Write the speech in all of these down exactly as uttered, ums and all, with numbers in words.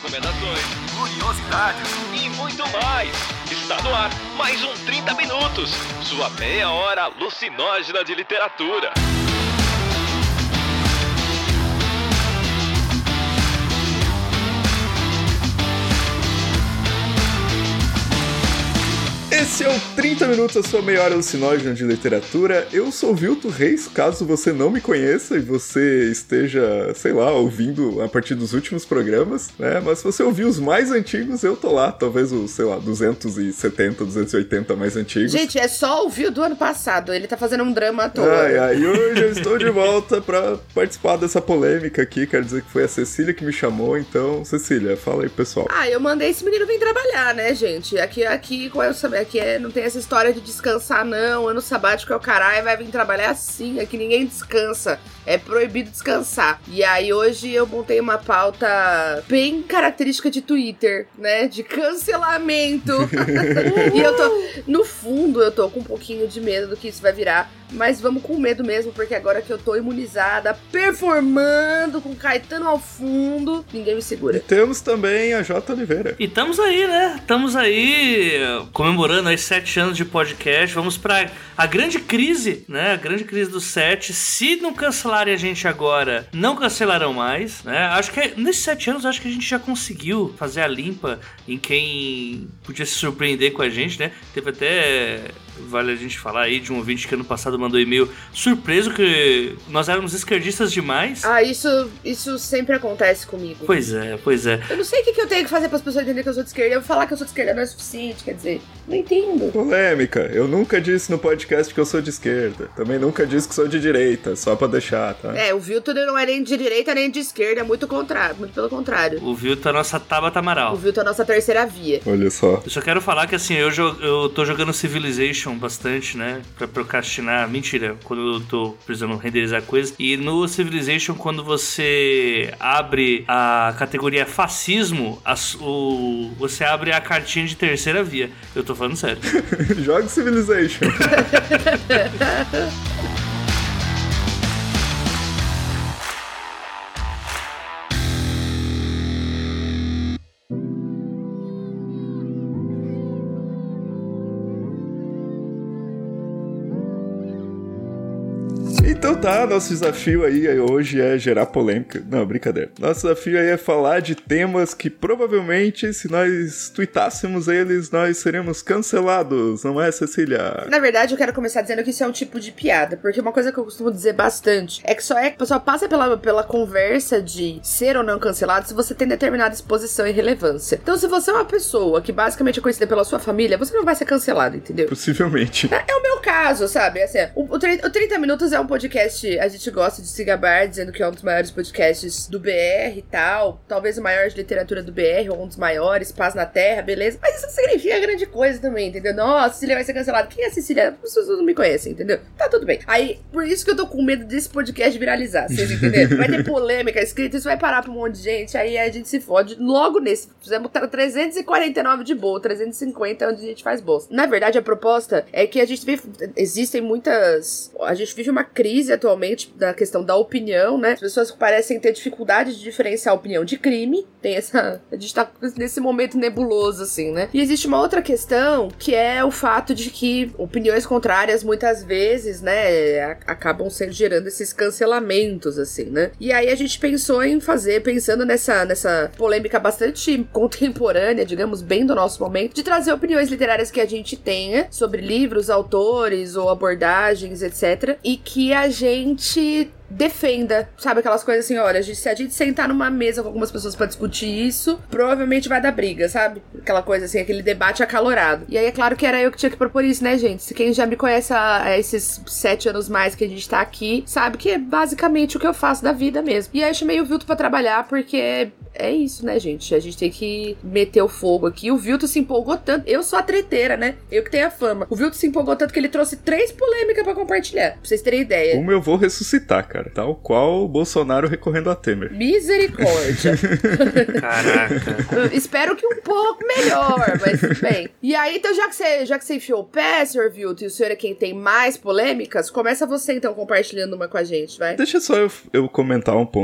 recomendações, curiosidades e muito mais. Está no ar mais um trinta minutos, sua meia hora alucinógena de literatura. Esse é o trinta minutos, a sua meia hora alucinógena de literatura. Eu sou o Vilto Reis, caso você não me conheça e você esteja, sei lá, ouvindo a partir dos últimos programas, né? Mas se você ouvir os mais antigos, eu tô lá, talvez os, sei lá, duzentos e setenta, duzentos e oitenta mais antigos. Gente, é só ouvir o do ano passado, ele tá fazendo um drama à toa. Ai, ai, hoje eu estou de volta pra participar dessa polêmica aqui, quero dizer que foi a Cecília que me chamou, então, Cecília, fala aí, pessoal. Ah, eu mandei esse menino vir trabalhar, né, gente? Aqui, aqui, qual é o saber? Aqui é, não tem essa história de descansar, não. Ano sabático é o caralho, vai vir trabalhar assim. Aqui ninguém descansa. É proibido descansar. E aí hoje eu montei uma pauta bem característica de Twitter, né? De cancelamento. E eu tô, no fundo, eu tô com um pouquinho de medo do que isso vai virar. Mas vamos com medo mesmo, porque agora que eu tô imunizada, performando com Caetano ao fundo, ninguém me segura. E temos também a J. Oliveira. E estamos aí, né? Estamos aí comemorando aí sete anos de podcast. Vamos pra a grande crise, né? A grande crise do sete. Se não cancelarem a gente agora, não cancelarão mais, né? Acho que nesses sete anos, acho que a gente já conseguiu fazer a limpa em quem podia se surpreender com a gente, né? Teve até... Vale a gente falar aí de um ouvinte que ano passado mandou e-mail surpreso que nós éramos esquerdistas demais. Ah, isso, isso sempre acontece comigo. Pois é, pois é. Eu não sei o que, que eu tenho que fazer para as pessoas entenderem que eu sou de esquerda. Eu vou falar que eu sou de esquerda não é suficiente, quer dizer, não entendo. Polêmica. Eu nunca disse no podcast que eu sou de esquerda. Também nunca disse que sou de direita, só pra deixar, tá? É, o Vilton não é nem de direita nem de esquerda, é muito contrário, muito pelo contrário. O Vilton é a nossa Tabata Amaral. O Vilton é a nossa terceira via. Olha só. Eu só quero falar que assim, eu, jo- eu tô jogando Civilization bastante, né, pra procrastinar, mentira, quando eu tô precisando renderizar coisas, e no Civilization, quando você abre a categoria fascismo, a, o, você abre a cartinha de terceira via, eu tô falando sério. Joga Civilization. Então tá, nosso desafio aí hoje é gerar polêmica. Não, brincadeira. Nosso desafio aí é falar de temas que provavelmente, se nós tweetássemos eles, nós seríamos cancelados, não é, Cecília? Na verdade, eu quero começar dizendo que isso é um tipo de piada, porque uma coisa que eu costumo dizer bastante é que só é que o pessoal passa pela, pela conversa de ser ou não cancelado se você tem determinada exposição e relevância. Então, se você é uma pessoa que basicamente é conhecida pela sua família, você não vai ser cancelado, entendeu? Possivelmente. É, é o meu caso, sabe? Assim, o, o, o trinta minutos é um podcast, a gente gosta de se gabar, dizendo que é um dos maiores podcasts do B R e tal, talvez o maior de literatura do B R, ou um dos maiores, paz na terra, beleza? Mas isso não significa grande coisa também, entendeu? Nossa, a Cecília vai ser cancelada. Quem é a Cecília? As pessoas não me conhecem, entendeu? Tá tudo bem. Aí, por isso que eu tô com medo desse podcast viralizar, vocês entenderam? Vai ter polêmica escrita, isso vai parar pra um monte de gente, aí a gente se fode logo nesse. Fizemos trezentos e quarenta e nove de boa, trezentos e cinquenta onde a gente faz bolsa. Na verdade, a proposta é que a gente vive, existem muitas... A gente vive uma crise atualmente da questão da opinião, né? As pessoas parecem ter dificuldade de diferenciar a opinião de crime. Tem essa... A gente tá nesse momento nebuloso, assim, né? E existe uma outra questão, que é o fato de que opiniões contrárias, muitas vezes, né, a- acabam sendo gerando esses cancelamentos, assim, né? E aí a gente pensou em fazer, pensando nessa, nessa polêmica bastante contemporânea, digamos, bem do nosso momento, de trazer opiniões literárias que a gente tenha sobre livros, autores ou abordagens, etcétera. E que a gente defenda, sabe, aquelas coisas assim, olha, se a gente sentar numa mesa com algumas pessoas pra discutir isso, provavelmente vai dar briga, sabe? Aquela coisa assim, aquele debate acalorado. E aí é claro que era eu que tinha que propor isso, né, gente? Se quem já me conhece há, há esses sete anos mais que a gente tá aqui, sabe que é basicamente o que eu faço da vida mesmo. E aí eu chamei o Vilton pra trabalhar, porque é isso, né, gente? A gente tem que meter o fogo aqui. O Vilton se empolgou tanto, eu sou a treteira, né? Eu que tenho a fama. O Vilton se empolgou tanto que ele trouxe três polêmicas pra compartilhar, pra vocês terem ideia. Como eu vou ressuscitar, cara. Tal qual o Bolsonaro recorrendo a Temer. Misericórdia. Caraca. Espero que um pouco melhor, mas bem. E aí, então, já que você, já que você enfiou o pé, senhor Vilton, e o senhor é quem tem mais polêmicas, começa você, então, compartilhando uma com a gente, vai. Deixa só eu, eu comentar um ponto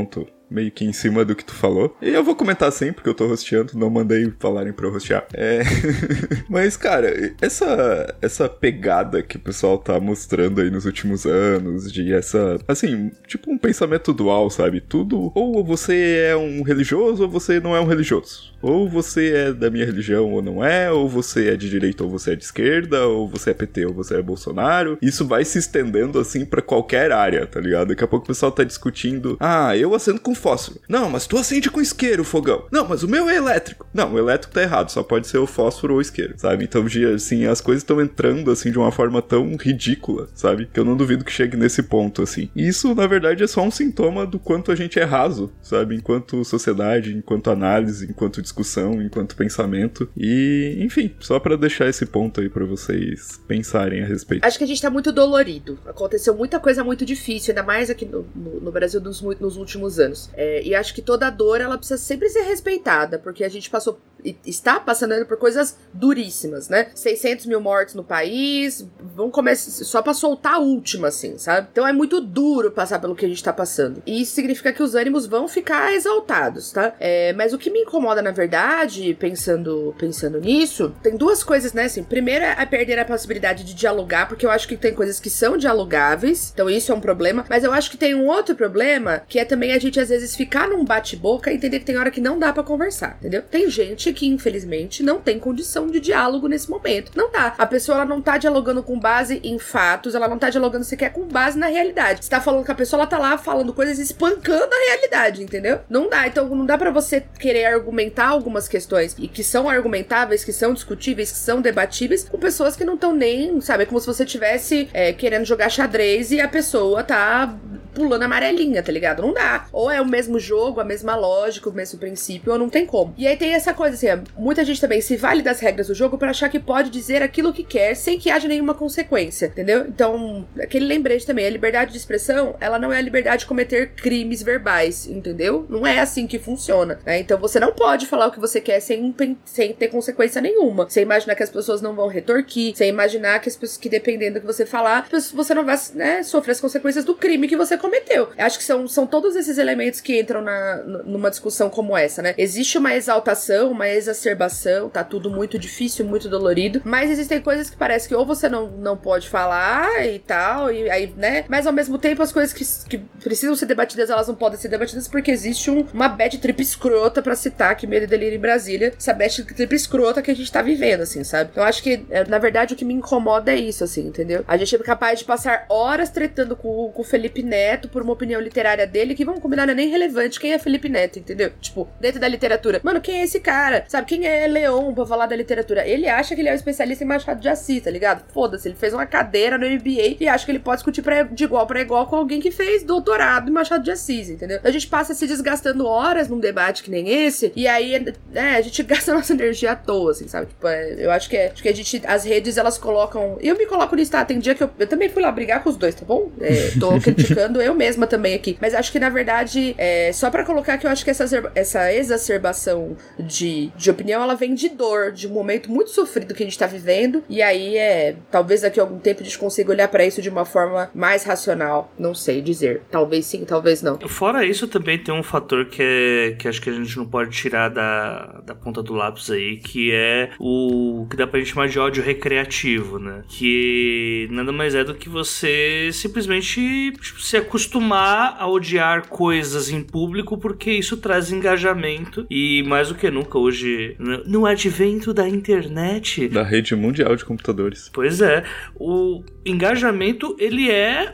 meio que em cima do que tu falou. E eu vou comentar sim, porque eu tô hosteando, não mandei falarem pra eu hostear. É... Mas, cara, essa, essa pegada que o pessoal tá mostrando aí nos últimos anos, de essa, assim, tipo um pensamento dual, sabe? Tudo, ou você é um religioso ou você não é um religioso. Ou você é da minha religião ou não é, ou você é de direita ou você é de esquerda, ou você é P T ou você é Bolsonaro. Isso vai se estendendo assim pra qualquer área, tá ligado? Daqui a pouco o pessoal tá discutindo, ah, eu acendo com fósforo. Não, mas tu acende com isqueiro o fogão. Não, mas o meu é elétrico. Não, o elétrico tá errado, só pode ser o fósforo ou o isqueiro, sabe? Então, assim, as coisas estão entrando assim de uma forma tão ridícula, sabe? Que eu não duvido que chegue nesse ponto, assim. E isso, na verdade, é só um sintoma do quanto a gente é raso, sabe? Enquanto sociedade, enquanto análise, enquanto discussão, enquanto pensamento. E, enfim, só pra deixar esse ponto aí pra vocês pensarem a respeito. Acho que a gente tá muito dolorido. Aconteceu muita coisa muito difícil, ainda mais aqui no, no, no Brasil nos, nos últimos anos. É, e acho que toda dor, ela precisa sempre ser respeitada, porque a gente passou, está passando por coisas duríssimas, né? seiscentos mil mortos no país, vamos começar só pra soltar a última, assim, sabe? Então é muito duro passar pelo que a gente tá passando. E isso significa que os ânimos vão ficar exaltados, tá? É, mas o que me incomoda, na verdade, pensando, pensando nisso, tem duas coisas, né? Assim, primeiro é perder a possibilidade de dialogar, porque eu acho que tem coisas que são dialogáveis, então isso é um problema, mas eu acho que tem um outro problema, que é também a gente, às vezes, ficar num bate-boca e entender que tem hora que não dá pra conversar, entendeu? Tem gente que, infelizmente, não tem condição de diálogo nesse momento. Não dá. A pessoa, ela não tá dialogando com base em fatos, ela não tá dialogando sequer com base na realidade. Você tá falando que a pessoa, ela tá lá falando coisas espancando a realidade, entendeu? Não dá. Então, não dá pra você querer argumentar algumas questões e que são argumentáveis, que são discutíveis, que são debatíveis, com pessoas que não estão nem, sabe? É como se você tivesse é, querendo jogar xadrez e a pessoa tá pulando amarelinha, tá ligado? Não dá. Ou é o mesmo jogo, a mesma lógica, o mesmo princípio, ou não tem como. E aí tem essa coisa, assim, muita gente também se vale das regras do jogo pra achar que pode dizer aquilo que quer sem que haja nenhuma consequência, entendeu? Então, aquele lembrete também, a liberdade de expressão, ela não é a liberdade de cometer crimes verbais, entendeu? Não é assim que funciona, né? Então você não pode falar o que você quer sem, sem ter consequência nenhuma, sem imaginar que as pessoas não vão retorquir, sem imaginar que as pessoas, que dependendo do que você falar, você não vai, né, sofrer as consequências do crime que você cometeu. Eu acho que são, são todos esses elementos que entram na, numa discussão como essa, né? Existe uma exaltação, uma exacerbação, tá tudo muito difícil, muito dolorido, mas existem coisas que parece que ou você não, não pode falar e tal, e aí, né? Mas ao mesmo tempo as coisas que, que precisam ser debatidas, elas não podem ser debatidas porque existe um, uma bad trip escrota, pra citar que Medo e Delírio em Brasília, essa bad trip escrota que a gente tá vivendo, assim, sabe? Então eu acho que, na verdade, o que me incomoda é isso, assim, entendeu? A gente é capaz de passar horas tretando com, com o Felipe Neto por uma opinião literária dele, que, vamos combinar, não é nem relevante quem é Felipe Neto, entendeu? Tipo, dentro da literatura. Mano, quem é esse cara? Sabe, quem é Leon pra falar da literatura? Ele acha que ele é um especialista em Machado de Assis, tá ligado? Foda-se, ele fez uma cadeira no M B A e acha que ele pode discutir pra, de igual pra igual com alguém que fez doutorado em Machado de Assis, entendeu? A gente passa se desgastando horas num debate que nem esse, e aí, né, a gente gasta nossa energia à toa, assim, sabe? Tipo, é, eu acho que, é, acho que a gente, as redes, elas colocam... Eu me coloco nisso, tá? Tem dia que eu, eu também fui lá brigar com os dois, tá bom? É, tô criticando eu mesma também aqui. Mas acho que, na verdade, é, só pra colocar que eu acho que essa, essa exacerbação de, de opinião, ela vem de dor, de um momento muito sofrido que a gente tá vivendo, e aí, é, talvez daqui a algum tempo a gente consiga olhar pra isso de uma forma mais racional. Não sei dizer. Talvez sim, talvez não. Fora isso, também tem um fator que, é, que acho que a gente não pode tirar da, da ponta do lápis aí, que é o que dá pra gente chamar de ódio recreativo, né? Que nada mais é do que você simplesmente tipo, se acostumar a odiar coisas em público, porque isso traz engajamento, e mais do que nunca hoje, no advento da internet... Da rede mundial de computadores. Pois é, o engajamento, ele é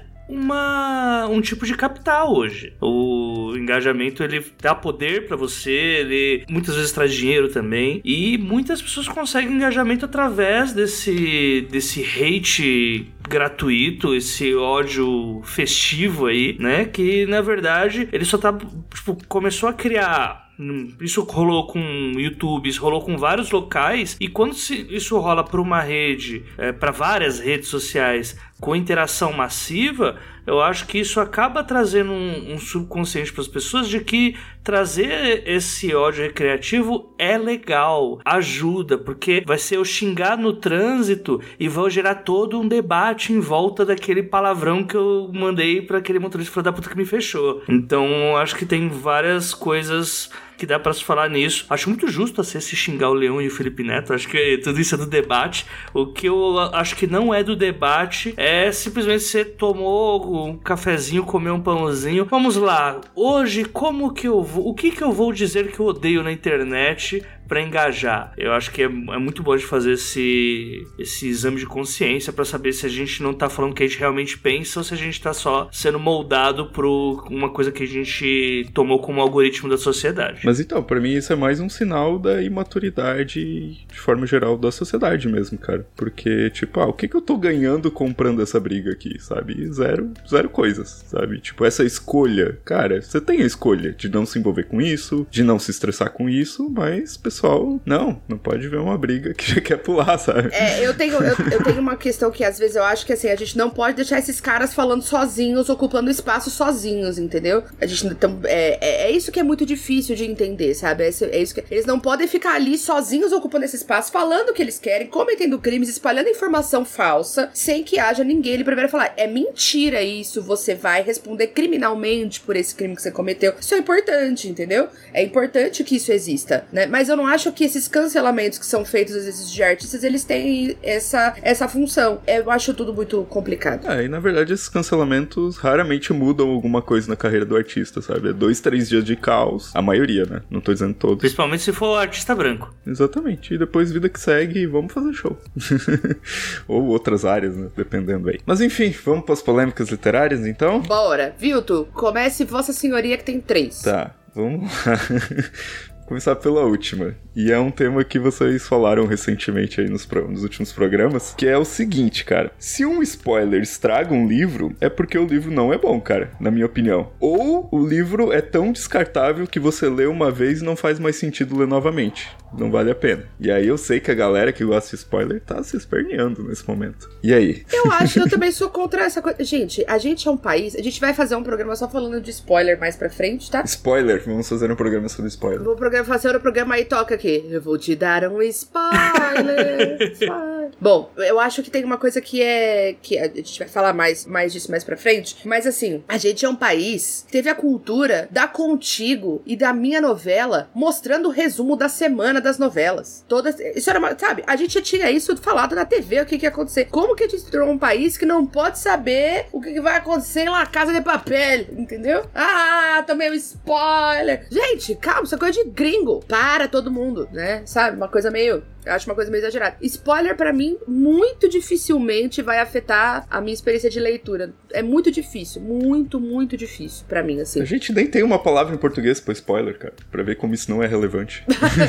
uma, um tipo de capital hoje. O engajamento, ele dá poder pra você, ele muitas vezes traz dinheiro também, e muitas pessoas conseguem engajamento através desse, desse hate gratuito, esse ódio festivo aí, né, que na verdade ele só tá, tipo, começou a criar. Isso rolou com YouTube, isso rolou com vários locais, e quando isso rola para uma rede, é, para várias redes sociais com interação massiva, eu acho que isso acaba trazendo um, um subconsciente para as pessoas de que trazer esse ódio recreativo é legal, ajuda, porque vai ser eu xingar no trânsito e vou gerar todo um debate em volta daquele palavrão que eu mandei para aquele motorista filho da puta que me fechou. Então, acho que tem várias coisas que dá pra se falar nisso. Acho muito justo assim, se xingar o Leão e o Felipe Neto. Acho que tudo isso é do debate. O que eu acho que não é do debate é simplesmente você tomou um cafezinho, comeu um pãozinho. Vamos lá. Hoje, como que eu vou... O que que eu vou dizer que eu odeio na internet pra engajar? Eu acho que é, é muito bom de fazer esse, esse exame de consciência pra saber se a gente não tá falando o que a gente realmente pensa ou se a gente tá só sendo moldado por uma coisa que a gente tomou como algoritmo da sociedade. Mas então, pra mim isso é mais um sinal da imaturidade de forma geral da sociedade mesmo, cara. Porque, tipo, ah, o que que eu tô ganhando comprando essa briga aqui, sabe? Zero, zero coisas, sabe? Tipo, essa escolha, cara, você tem a escolha de não se envolver com isso, de não se estressar com isso, mas, pessoal, não, não pode ver uma briga que já quer pular, sabe? É, eu tenho, eu, eu tenho uma questão que às vezes eu acho que assim, a gente não pode deixar esses caras falando sozinhos, ocupando espaço sozinhos, entendeu? A gente então, é, é, é isso que é muito difícil de entender, sabe? É isso, é isso que... Eles não podem ficar ali sozinhos ocupando esse espaço, falando o que eles querem, cometendo crimes, espalhando informação falsa, sem que haja ninguém ali pra vir falar, é mentira isso, você vai responder criminalmente por esse crime que você cometeu. Isso é importante, entendeu? É importante que isso exista, né? Mas eu não acho que esses cancelamentos que são feitos, às vezes, de artistas, eles têm essa, essa função. Eu acho tudo muito complicado. É, e na verdade esses cancelamentos raramente mudam alguma coisa na carreira do artista, sabe? É dois, três dias de caos, a maioria, né? Não tô dizendo todos. Principalmente se for artista branco. Exatamente. E depois vida que segue e vamos fazer show. Ou outras áreas, né? Dependendo aí. Mas enfim, vamos para as polêmicas literárias, então? Bora. Vilto, comece Vossa Senhoria que tem três. Tá, vamos lá. Começar pela última. E é um tema que vocês falaram recentemente aí nos, pro, nos últimos programas, que é o seguinte, cara. Se um spoiler estraga um livro, é porque o livro não é bom, cara, na minha opinião. Ou o livro é tão descartável que você lê uma vez e não faz mais sentido ler novamente. Não vale a pena. E aí eu sei que a galera que gosta de spoiler tá se esperneando nesse momento. E aí? Eu acho, eu também sou contra essa coisa. Gente, a gente é um país... A gente vai fazer um programa só falando de spoiler mais pra frente, tá? Spoiler, vamos fazer um programa sobre spoiler. Vou programa, fazer o programa aí, toca aqui. Eu vou te dar um spoiler. spoiler. Bom, eu acho que tem uma coisa que é... que a gente vai falar mais, mais disso mais pra frente. Mas assim, a gente é um país que teve a cultura da Contigo e da Minha Novela mostrando o resumo da semana das novelas. Todas... Isso era uma... Sabe? A gente já tinha isso falado na T V, o que que ia acontecer. Como que a gente se tornou um país que não pode saber o que, que vai acontecer em La Casa de Papel, entendeu? Ah, tomei um spoiler. Gente, calma, isso é coisa de gringo. Para todo mundo, né? Sabe? Uma coisa meio... Eu acho uma coisa meio exagerada. Spoiler, pra mim, muito dificilmente vai afetar a minha experiência de leitura. É muito difícil. Muito, muito difícil pra mim, assim. A gente nem tem uma palavra em português pra spoiler, cara. Pra ver como isso não é relevante.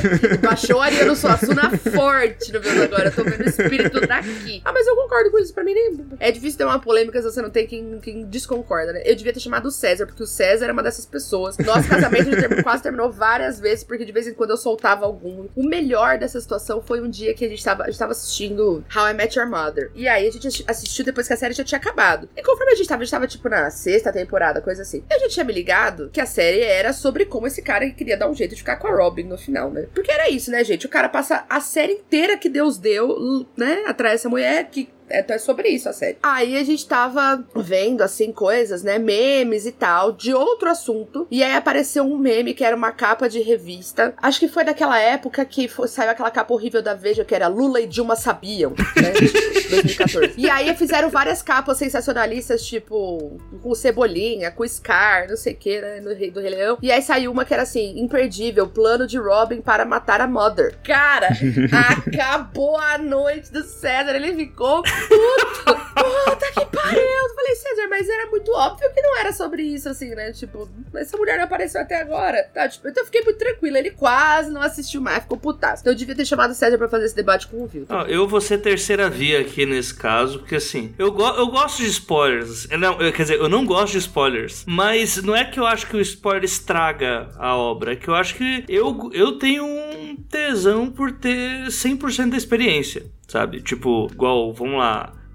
Baixou Ariano Suassuna forte no meu agora. Eu tô vendo o espírito daqui. Ah, mas eu concordo com isso. Pra mim, nem... É difícil ter uma polêmica se você não tem quem, quem desconcorda, né? Eu devia ter chamado o César, porque o César é uma dessas pessoas. Nosso casamento já quase terminou várias vezes, porque de vez em quando eu soltava algum. O melhor dessa situação foi um dia que a gente tava, a gente tava assistindo How I Met Your Mother. E aí a gente assistiu depois que a série já tinha acabado. E conforme a gente tava, a gente tava tipo na sexta temporada, coisa assim. E a gente tinha me ligado que a série era sobre como esse cara queria dar um jeito de ficar com a Robin no final, né? Porque era isso, né, gente? O cara passa a série inteira que Deus deu, né? Atrás dessa mulher que... Então é sobre isso a série. Aí a gente tava vendo, assim, coisas, né, memes e tal, de outro assunto. E aí apareceu um meme que era uma capa de revista. Acho que foi daquela época que foi, saiu aquela capa horrível da Veja, que era Lula e Dilma sabiam, né? dois mil e catorze. E aí fizeram várias capas sensacionalistas, tipo, com Cebolinha, com Scar, não sei o que, né, no Rei do Rei Leão. E aí saiu uma que era assim, imperdível, plano de Robin para matar a Mother. Cara, acabou a noite do César, ele ficou... Puta, puta que pariu. Eu falei, César, mas era muito óbvio que não era sobre isso, assim, né? Tipo, essa mulher não apareceu até agora. Tá, tipo, então eu fiquei muito tranquila. Ele quase não assistiu mais, ficou putaço. Então eu devia ter chamado o César pra fazer esse debate com o Vilton. Ah, eu vou ser terceira via aqui nesse caso, porque assim, eu, go- eu gosto de spoilers. Eu não, eu, quer dizer, eu não gosto de spoilers, mas não é que eu acho que o spoiler estraga a obra, é que eu acho que eu, eu tenho um tesão por ter cem por cento da experiência. Sabe? Tipo, igual, vamos lá,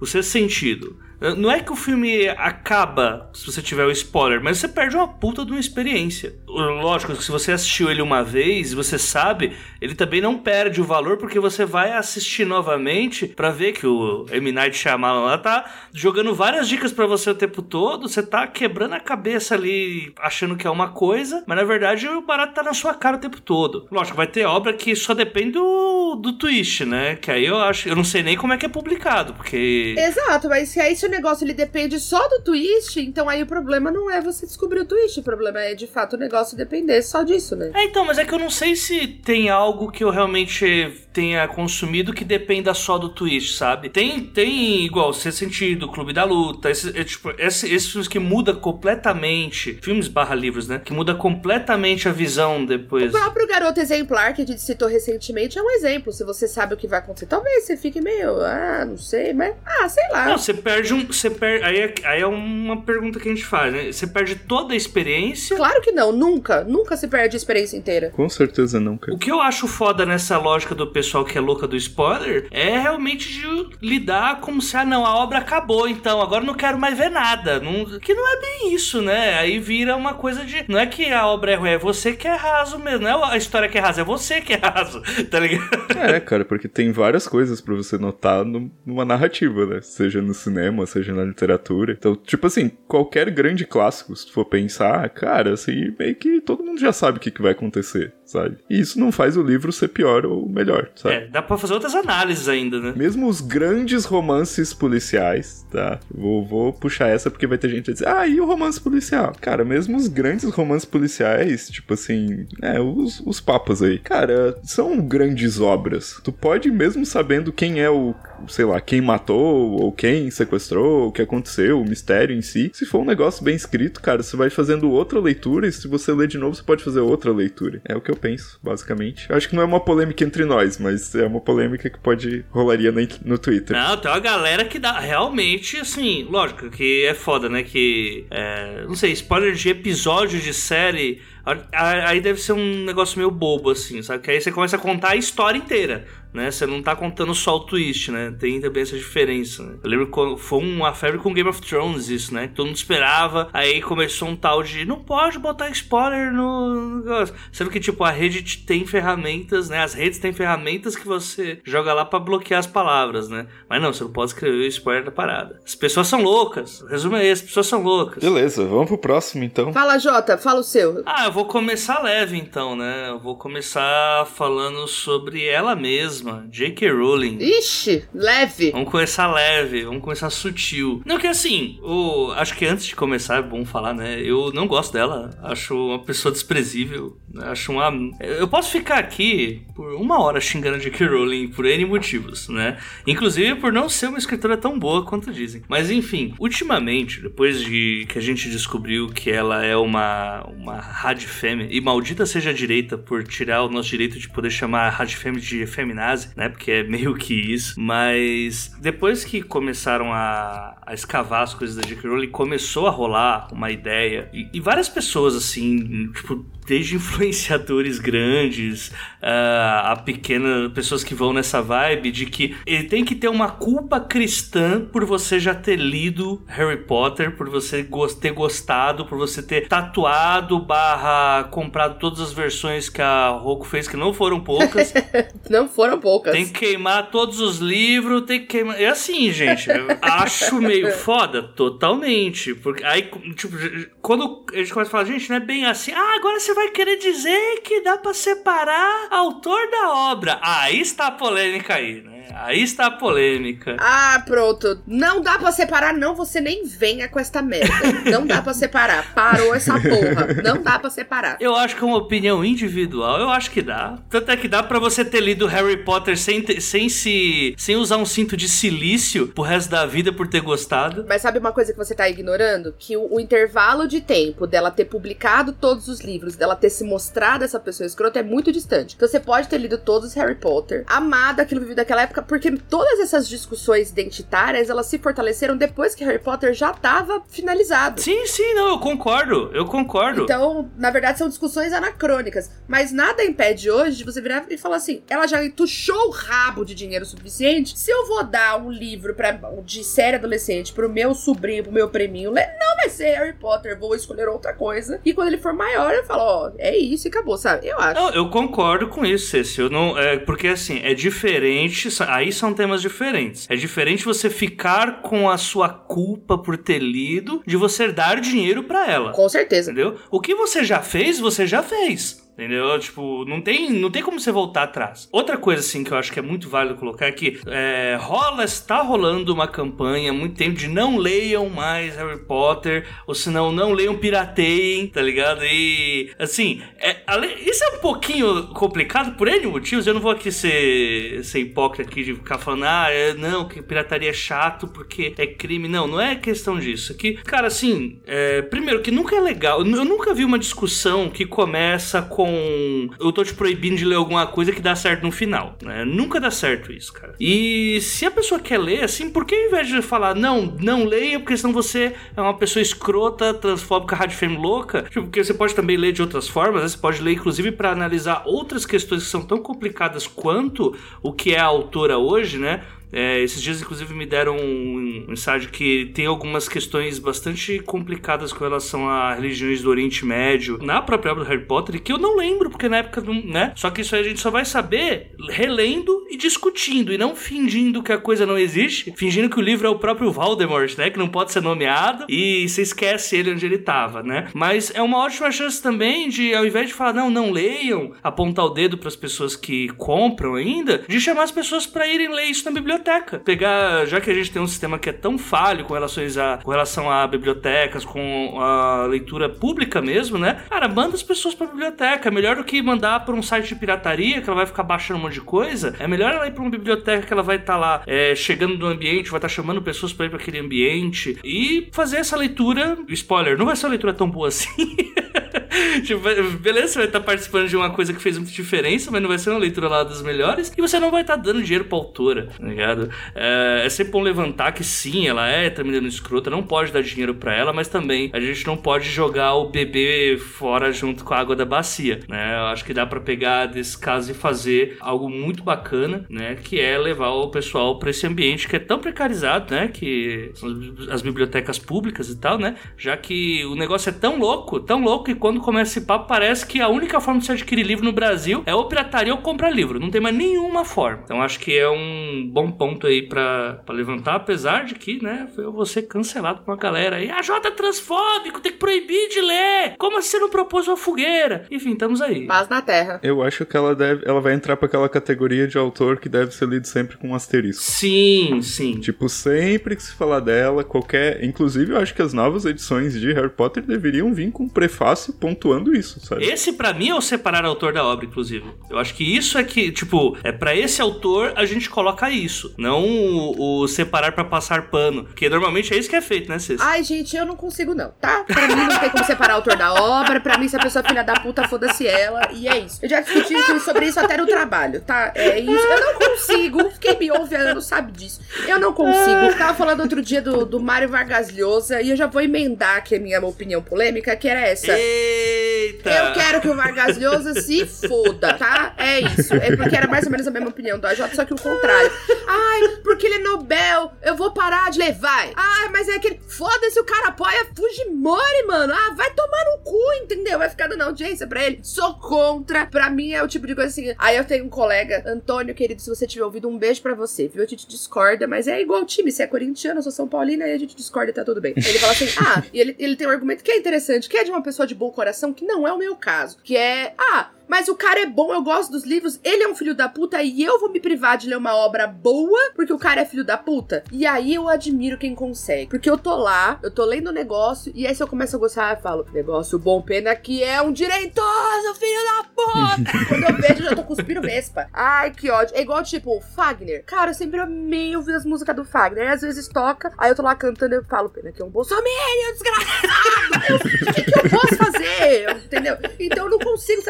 o sexto sentido. Não é que o filme acaba se você tiver o spoiler, mas você perde uma puta de uma experiência. Lógico que se você assistiu ele uma vez e você sabe, ele também não perde o valor, porque você vai assistir novamente pra ver que o M. Night Shyamalan lá tá jogando várias dicas pra você o tempo todo, você tá quebrando a cabeça ali achando que é uma coisa, mas na verdade o barato tá na sua cara o tempo todo. Lógico, vai ter obra que só depende do, do twist, né? Que aí eu acho, eu não sei nem como é que é publicado, porque... Exato, mas se aí se o negócio ele depende só do twist, então aí o problema não é você descobrir o twist, o problema é de fato o negócio depender só disso, né? É, então, mas é que eu não sei se tem algo que eu realmente tenha consumido que dependa só do twist, sabe? Tem, tem igual, Sexto Sentido, Clube da Luta, esse, é, tipo, esse, esses filmes que mudam completamente, filmes barra livros, né? Que muda completamente a visão depois. O próprio Garoto Exemplar, que a gente citou recentemente, é um exemplo. Se você sabe o que vai acontecer, talvez você fique meio, ah, não sei, mas, ah, sei lá. Não, você perde um, você perde, aí é, aí é uma pergunta que a gente faz, né? Você perde toda a experiência? Claro que não, nunca, nunca se perde a experiência inteira. Com certeza não, cara. O que eu acho foda nessa lógica do pessoal que é louca do spoiler é realmente de lidar como se, ah não, a obra acabou, então agora não quero mais ver nada. Não, que não é bem isso, né? Aí vira uma coisa de... Não é que a obra é ruim, é você que é raso mesmo. Não é a história que é raso, é você que é raso, tá ligado? É, cara, porque tem várias coisas pra você notar numa narrativa, né? Seja no cinema, seja na literatura. Então, tipo assim, qualquer grande clássico, se tu for pensar, cara, assim, meio que todo mundo já sabe o que, que vai acontecer, sabe? E isso não faz o livro ser pior ou melhor, sabe? É, dá pra fazer outras análises ainda, né? Mesmo os grandes romances policiais, tá? Vou, vou puxar essa porque vai ter gente a dizer, ah, e o romance policial? Cara, mesmo os grandes romances policiais, tipo assim, é, os, os papas aí, cara, são grandes obras. Tu pode, mesmo sabendo quem é o, sei lá, quem matou, ou quem sequestrou, o que aconteceu, o mistério em si, se for um negócio bem escrito, cara, você vai fazendo outra leitura, e se você ler de novo, você pode fazer outra leitura. É o que eu penso, basicamente. Eu acho que não é uma polêmica entre nós, mas é uma polêmica que pode rolaria no, no Twitter. Não, tem uma galera que dá realmente, assim, lógico que é foda, né, que, é, não sei, spoiler de episódio de série, aí deve ser um negócio meio bobo, assim, sabe, que aí você começa a contar a história inteira, né, você não tá contando só o twist, né, tem também essa diferença, né. Eu lembro que foi uma febre com Game of Thrones isso, né, que todo mundo esperava, aí começou um tal de, não pode botar spoiler no negócio, sendo que, tipo, a rede tem ferramentas, né, as redes têm ferramentas que você joga lá pra bloquear as palavras, né, mas não, você não pode escrever o spoiler da parada. As pessoas são loucas, o resumo é esse, as pessoas são loucas. Beleza, vamos pro próximo, então. Fala, Jota, fala o seu. Ah, eu vou começar leve, então, né, eu vou começar falando sobre ela mesma, J K. Rowling. Ixi, leve. Vamos começar leve, vamos começar sutil. Não, que assim, o, acho que antes de começar é bom falar, né? Eu não gosto dela, acho uma pessoa desprezível, acho uma... Eu posso ficar aqui por uma hora xingando a J K. Rowling por N motivos, né? Inclusive por não ser uma escritora tão boa quanto dizem. Mas enfim, ultimamente, depois de que a gente descobriu que ela é uma, uma radfem, e maldita seja a direita por tirar o nosso direito de poder chamar a radfem de feminazi, né? Porque é meio que isso. Mas depois que começaram a, a escavar as coisas da J K. Rowling, começou a rolar uma ideia. E, e várias pessoas, assim, tipo, desde influenciadores grandes uh, a pequenas pessoas que vão nessa vibe de que ele tem que ter uma culpa cristã por você já ter lido Harry Potter, por você go- ter gostado, por você ter tatuado barra comprado todas as versões que a Roku fez, que não foram poucas. Não foram poucas. Tem que queimar todos os livros, tem que queimar... É assim, gente, eu acho meio foda, totalmente, porque aí, tipo, quando a gente começa a falar, gente, não é bem assim, ah, agora você vai querer dizer que dá pra separar autor da obra. Ah, aí está a polêmica aí, né? Aí está a polêmica. Ah, pronto. Não dá pra separar, não. Você nem venha com esta merda. Não dá pra separar. Parou essa porra. Não dá pra separar. Eu acho que é uma opinião individual. Eu acho que dá. Tanto é que dá pra você ter lido Harry Potter sem, te, sem, se, sem usar um cinto de silício pro resto da vida por ter gostado. Mas sabe uma coisa que você tá ignorando? Que o, o intervalo de tempo dela ter publicado todos os livros, dela ter se mostrado essa pessoa escrota é muito distante. Então você pode ter lido todos os Harry Potter, amado aquilo vivido daquela época, época, porque todas essas discussões identitárias, elas se fortaleceram depois que Harry Potter já tava finalizado. Sim, sim, não, eu concordo, eu concordo. Então, na verdade, são discussões anacrônicas, mas nada impede hoje de você virar e falar assim, ela já entuchou o rabo de dinheiro suficiente, se eu vou dar um livro pra, de série adolescente pro meu sobrinho, pro meu priminho ler, não vai ser Harry Potter, vou escolher outra coisa, e quando ele for maior, eu falo, ó, oh, é isso e acabou, sabe? Eu acho. Não, eu concordo com isso, Ceci, eu não, é, porque assim, é diferente, aí são temas diferentes, é diferente você ficar com a sua culpa por ter lido, de você dar dinheiro pra ela. Com certeza. Entendeu? O que você já fez, você já fez. Entendeu? Tipo, não tem, não tem como você voltar atrás. Outra coisa, assim, que eu acho que é muito válido colocar é que é, rola, está rolando uma campanha há muito tempo de não leiam mais Harry Potter, ou senão não leiam, pirateiem, tá ligado? E, assim, é, isso é um pouquinho complicado por N motivos. Eu não vou aqui ser, ser hipócrita aqui de ficar falando, ah, é, não, que pirataria é chato porque é crime. Não, não é questão disso. Aqui, cara, assim, é, primeiro, que nunca é legal. Eu nunca vi uma discussão que começa com com... eu tô te proibindo de ler alguma coisa que dá certo no final, né? Nunca dá certo isso, cara. E se a pessoa quer ler, assim, por que ao invés de falar, não, não leia, porque senão você é uma pessoa escrota, transfóbica, radifem louca, tipo, porque você pode também ler de outras formas, né? Você pode ler, inclusive, pra analisar outras questões que são tão complicadas quanto o que é a autora hoje, né? É, esses dias, inclusive, me deram um insight que tem algumas questões bastante complicadas com relação a religiões do Oriente Médio na própria obra do Harry Potter, que eu não lembro, porque na época, não, né? Só que isso aí a gente só vai saber relendo e discutindo, e não fingindo que a coisa não existe, fingindo que o livro é o próprio Voldemort, né? Que não pode ser nomeado, e você esquece ele onde ele tava, né? Mas é uma ótima chance também de, ao invés de falar, não, não leiam, apontar o dedo para as pessoas que compram ainda, de chamar as pessoas para irem ler isso na biblioteca. Pegar, já que a gente tem um sistema que é tão falho com, relações a, com relação a bibliotecas, com a leitura pública mesmo, né? Cara, manda as pessoas pra biblioteca. É melhor do que mandar pra um site de pirataria, que ela vai ficar baixando um monte de coisa. É melhor ela ir pra uma biblioteca que ela vai estar tá lá é, chegando no ambiente, vai estar tá chamando pessoas pra ir pra aquele ambiente e fazer essa leitura. Spoiler, não vai ser uma leitura tão boa assim. Tipo, beleza, você vai estar participando de uma coisa que fez muita diferença, mas não vai ser uma leitura lá das melhores, e você não vai estar dando dinheiro pra autora, tá ligado? É, é sempre bom levantar que sim, ela é terminando escrota, não pode dar dinheiro pra ela, mas também a gente não pode jogar o bebê fora junto com a água da bacia, né? Eu acho que dá pra pegar desse caso e fazer algo muito bacana, né? Que é levar o pessoal pra esse ambiente que é tão precarizado, né? Que são as bibliotecas públicas e tal, né? Já que o negócio é tão louco, tão louco, que quando começa esse papo, parece que a única forma de se adquirir livro no Brasil é ou pirataria ou comprar livro. Não tem mais nenhuma forma. Então acho que é um bom ponto aí pra, pra levantar, apesar de que, né, eu vou ser cancelado por uma galera aí. A J é transfóbico, tem que proibir de ler. Como assim você não propôs uma fogueira? Enfim, estamos aí. Paz na terra. Eu acho que ela deve, ela vai entrar pra aquela categoria de autor que deve ser lido sempre com um asterisco. Sim, sim. Tipo, sempre que se falar dela, qualquer... Inclusive, eu acho que as novas edições de Harry Potter deveriam vir com um prefácio pontuando isso, sabe? Esse, pra mim, é o separar autor da obra, inclusive. Eu acho que isso é que, tipo, é pra esse autor a gente coloca isso, não o, o separar pra passar pano, porque normalmente é isso que é feito, né, Cês? Ai, gente, eu não consigo não, tá? Pra mim não tem como separar o autor da obra, pra mim se a pessoa é filha da puta, foda-se ela, e é isso. Eu já discuti sobre isso até no trabalho, tá? É isso, eu não consigo, quem me ouve há anos sabe disso, eu não consigo. Eu tava falando outro dia do, do Mário Vargas Llosa, e eu já vou emendar aqui a minha opinião polêmica, que era essa. Eita! Eu quero que o Vargas Llosa se foda, tá? É isso. É porque era mais ou menos a mesma opinião do A J, só que o contrário. Ai, porque ele é Nobel, eu vou parar de ler, vai. Ai, mas é aquele... Foda-se, o cara apoia Fujimori, mano. Ah, vai tomar no cu, entendeu? Vai ficar dando audiência pra ele. Sou contra. Pra mim é o tipo de coisa assim... Aí eu tenho um colega, Antônio, querido, se você tiver ouvido, um beijo pra você, viu? A gente discorda, mas é igual time. Você é corintiano, eu sou São Paulina, e a gente discorda e tá tudo bem. Ele fala assim, ah... E ele, ele tem um argumento que é interessante, que é de uma pessoa de bom coração, que não é o meu caso. Que é... Ah... Mas o cara é bom, eu gosto dos livros, ele é um filho da puta e eu vou me privar de ler uma obra boa porque o cara é filho da puta? E aí eu admiro quem consegue. Porque eu tô lá, eu tô lendo o negócio e aí se eu começo a gostar, eu falo, negócio bom, pena que é um direitoso, filho da puta! Quando eu vejo, eu já tô cuspindo vespa. Ai, que ódio. É igual, tipo, Fagner. Cara, eu sempre amei ouvir as músicas do Fagner. Às vezes toca, aí eu tô lá cantando e eu falo, pena que é um bolsominion, desgraçado! O que, que eu posso fazer? Entendeu? Então eu não consigo separar.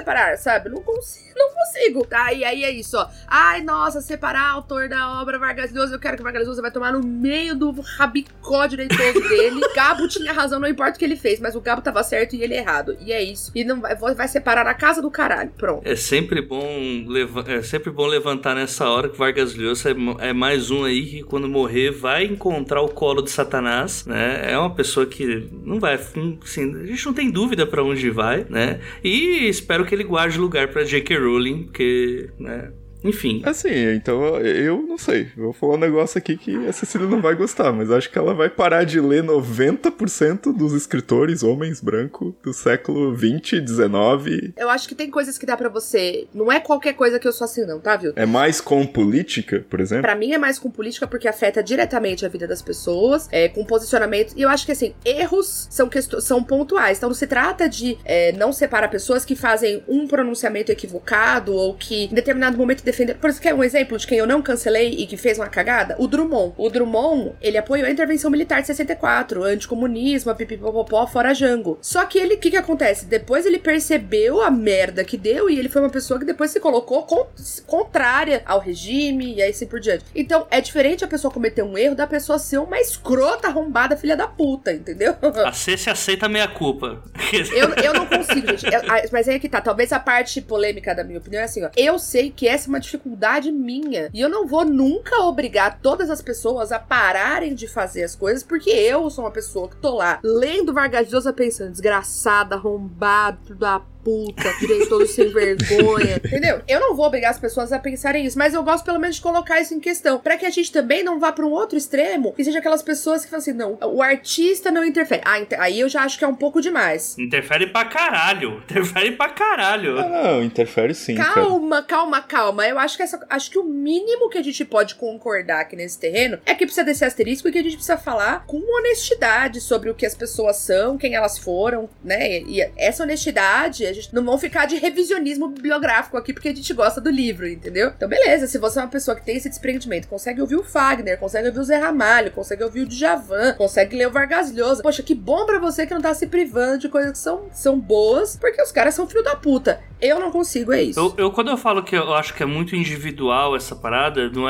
sabe? Não consigo, não consigo. Tá, e aí é isso, ó. Ai, nossa, separar autor da obra Vargas Llosa, eu quero que Vargas Llosa vai tomar no meio do rabicó direitoso dele. Gabo tinha razão, não importa o que ele fez, mas o Gabo tava certo e ele errado. E é isso. E não vai, vai separar na casa do caralho. Pronto. É sempre bom, leva, é sempre bom levantar nessa hora que Vargas Llosa é, é mais um aí que quando morrer vai encontrar o colo de Satanás, né? É uma pessoa que não vai, assim, a gente não tem dúvida pra onde vai, né? E espero que ele guarde lugar pra J K. Rowling, porque, né? Enfim. Assim, então eu não sei. Eu vou falar um negócio aqui que a Cecília não vai gostar, mas acho que ela vai parar de ler noventa por cento dos escritores homens brancos do século vinte, dezenove. Eu acho que tem coisas que dá pra você... Não é qualquer coisa que eu sou assim não, tá, viu? É mais com política, por exemplo? Pra mim é mais com política porque afeta diretamente a vida das pessoas, é, com posicionamento. E eu acho que, assim, erros são, quest... são pontuais. Então não se trata de é, não separar pessoas que fazem um pronunciamento equivocado ou que em determinado momento defender. Por isso que é um exemplo de quem eu não cancelei e que fez uma cagada, o Drummond. O Drummond, ele apoiou a intervenção militar de sessenta e quatro, anticomunismo, pipipopopó, fora Jango. Só que ele, o que que acontece? Depois ele percebeu a merda que deu e ele foi uma pessoa que depois se colocou con- contrária ao regime e aí assim por diante. Então, é diferente a pessoa cometer um erro da pessoa ser uma escrota, arrombada, filha da puta, entendeu? A C se aceita meia culpa. eu, eu não consigo, gente. Eu, mas aí é que tá. Talvez a parte polêmica da minha opinião é assim, ó. Eu sei que essa é uma dificuldade minha. E eu não vou nunca obrigar todas as pessoas a pararem de fazer as coisas, porque eu sou uma pessoa que tô lá lendo Vargas Llosa pensando, desgraçada, arrombado, tudo da puta, direito todo sem vergonha, entendeu? Eu não vou obrigar as pessoas a pensarem isso, mas eu gosto pelo menos de colocar isso em questão, pra que a gente também não vá pra um outro extremo e seja aquelas pessoas que falam assim, não, o artista não interfere. Ah, inter- aí eu já acho que é um pouco demais. Interfere pra caralho. Interfere pra caralho. Não, interfere sim, Calma, cara. calma, calma. Eu acho que, essa, acho que o mínimo que a gente pode concordar aqui nesse terreno é que precisa desse asterisco e que a gente precisa falar com honestidade sobre o que as pessoas são, quem elas foram, né? E, e essa honestidade, a gente não vão ficar de revisionismo bibliográfico aqui porque a gente gosta do livro, entendeu? Então, beleza, se você é uma pessoa que tem esse desprendimento, consegue ouvir o Fagner, consegue ouvir o Zé Ramalho, consegue ouvir o Djavan, consegue ler o Vargas Llosa, poxa, que bom pra você que não tá se privando de coisas que são, são boas, porque os caras são filho da puta. Eu não consigo, é isso. Eu, eu, quando eu falo que eu acho que é muito individual essa parada, não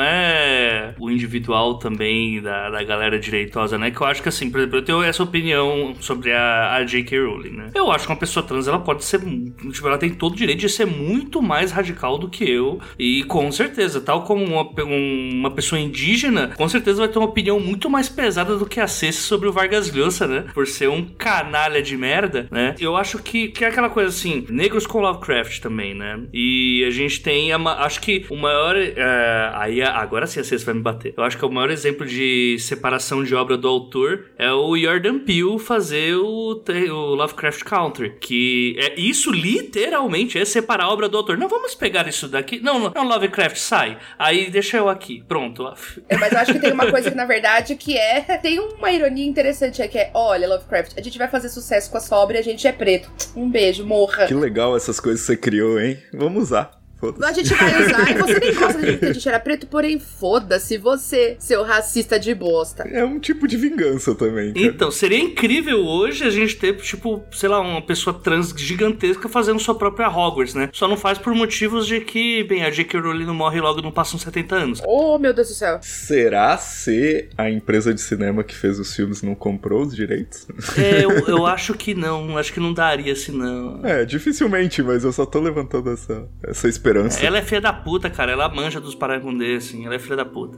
é o individual também da, da galera direitosa, né? Que eu acho que, assim, por exemplo, eu tenho essa opinião sobre a, a J K. Rowling, né? Eu acho que uma pessoa trans, ela pode ser, tipo, ela tem todo o direito de ser muito mais radical do que eu, e com certeza, tal como uma, uma pessoa indígena, com certeza vai ter uma opinião muito mais pesada do que a Ceci sobre o Vargas Llosa, né? Por ser um canalha de merda, né? Eu acho que, que é aquela coisa assim, negros com Lovecraft também, né? E a gente tem, a, acho que o maior, uh, aí agora sim a Ceci vai me bater, eu acho que o maior exemplo de separação de obra do autor é o Jordan Peele fazer o, o Lovecraft Country, que é isso literalmente é separar a obra do autor. Não, vamos pegar isso daqui, não, não, não, Lovecraft, sai, aí deixa eu aqui, pronto. É, mas eu acho que tem uma coisa que na verdade que é, tem uma ironia interessante aí, que é, olha, Lovecraft, a gente vai fazer sucesso com a sua obra e a gente é preto, um beijo, morra. Que legal essas coisas que você criou, hein? Vamos usar. A gente vai usar, e você nem gosta de gente que a gente era preto, porém foda-se você, seu racista de bosta. É um tipo de vingança também, cara. Então, seria incrível hoje a gente ter, tipo, sei lá, uma pessoa trans gigantesca fazendo sua própria Hogwarts, né? Só não faz por motivos de que, bem, a J K. Rowling não morre logo, não passam setenta anos. Oh, meu Deus do céu. Será se a empresa de cinema que fez os filmes não comprou os direitos? É, eu, eu acho que não, acho que não daria assim, não. É, dificilmente, mas eu só tô levantando essa, essa esperança. Ela é filha da puta, cara. Ela manja dos Paracundê, assim. Ela é filha da puta.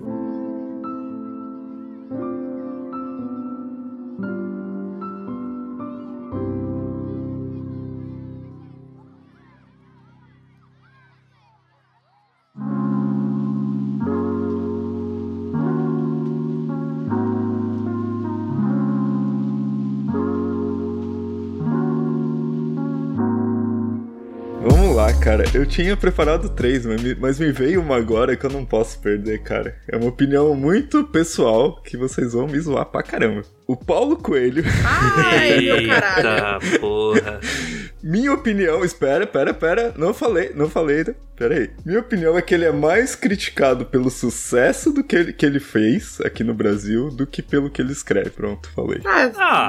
Cara, eu tinha preparado três, mas me, mas me veio uma agora que eu não posso perder, cara. É uma opinião muito pessoal que vocês vão me zoar pra caramba. O Paulo Coelho... Ai, meu caralho. Eita, porra. Minha opinião... Espera, pera, pera. Não falei, não falei. Pera aí. Minha opinião é que ele é mais criticado pelo sucesso do que ele, que ele fez aqui no Brasil do que pelo que ele escreve. Pronto, falei. Ah...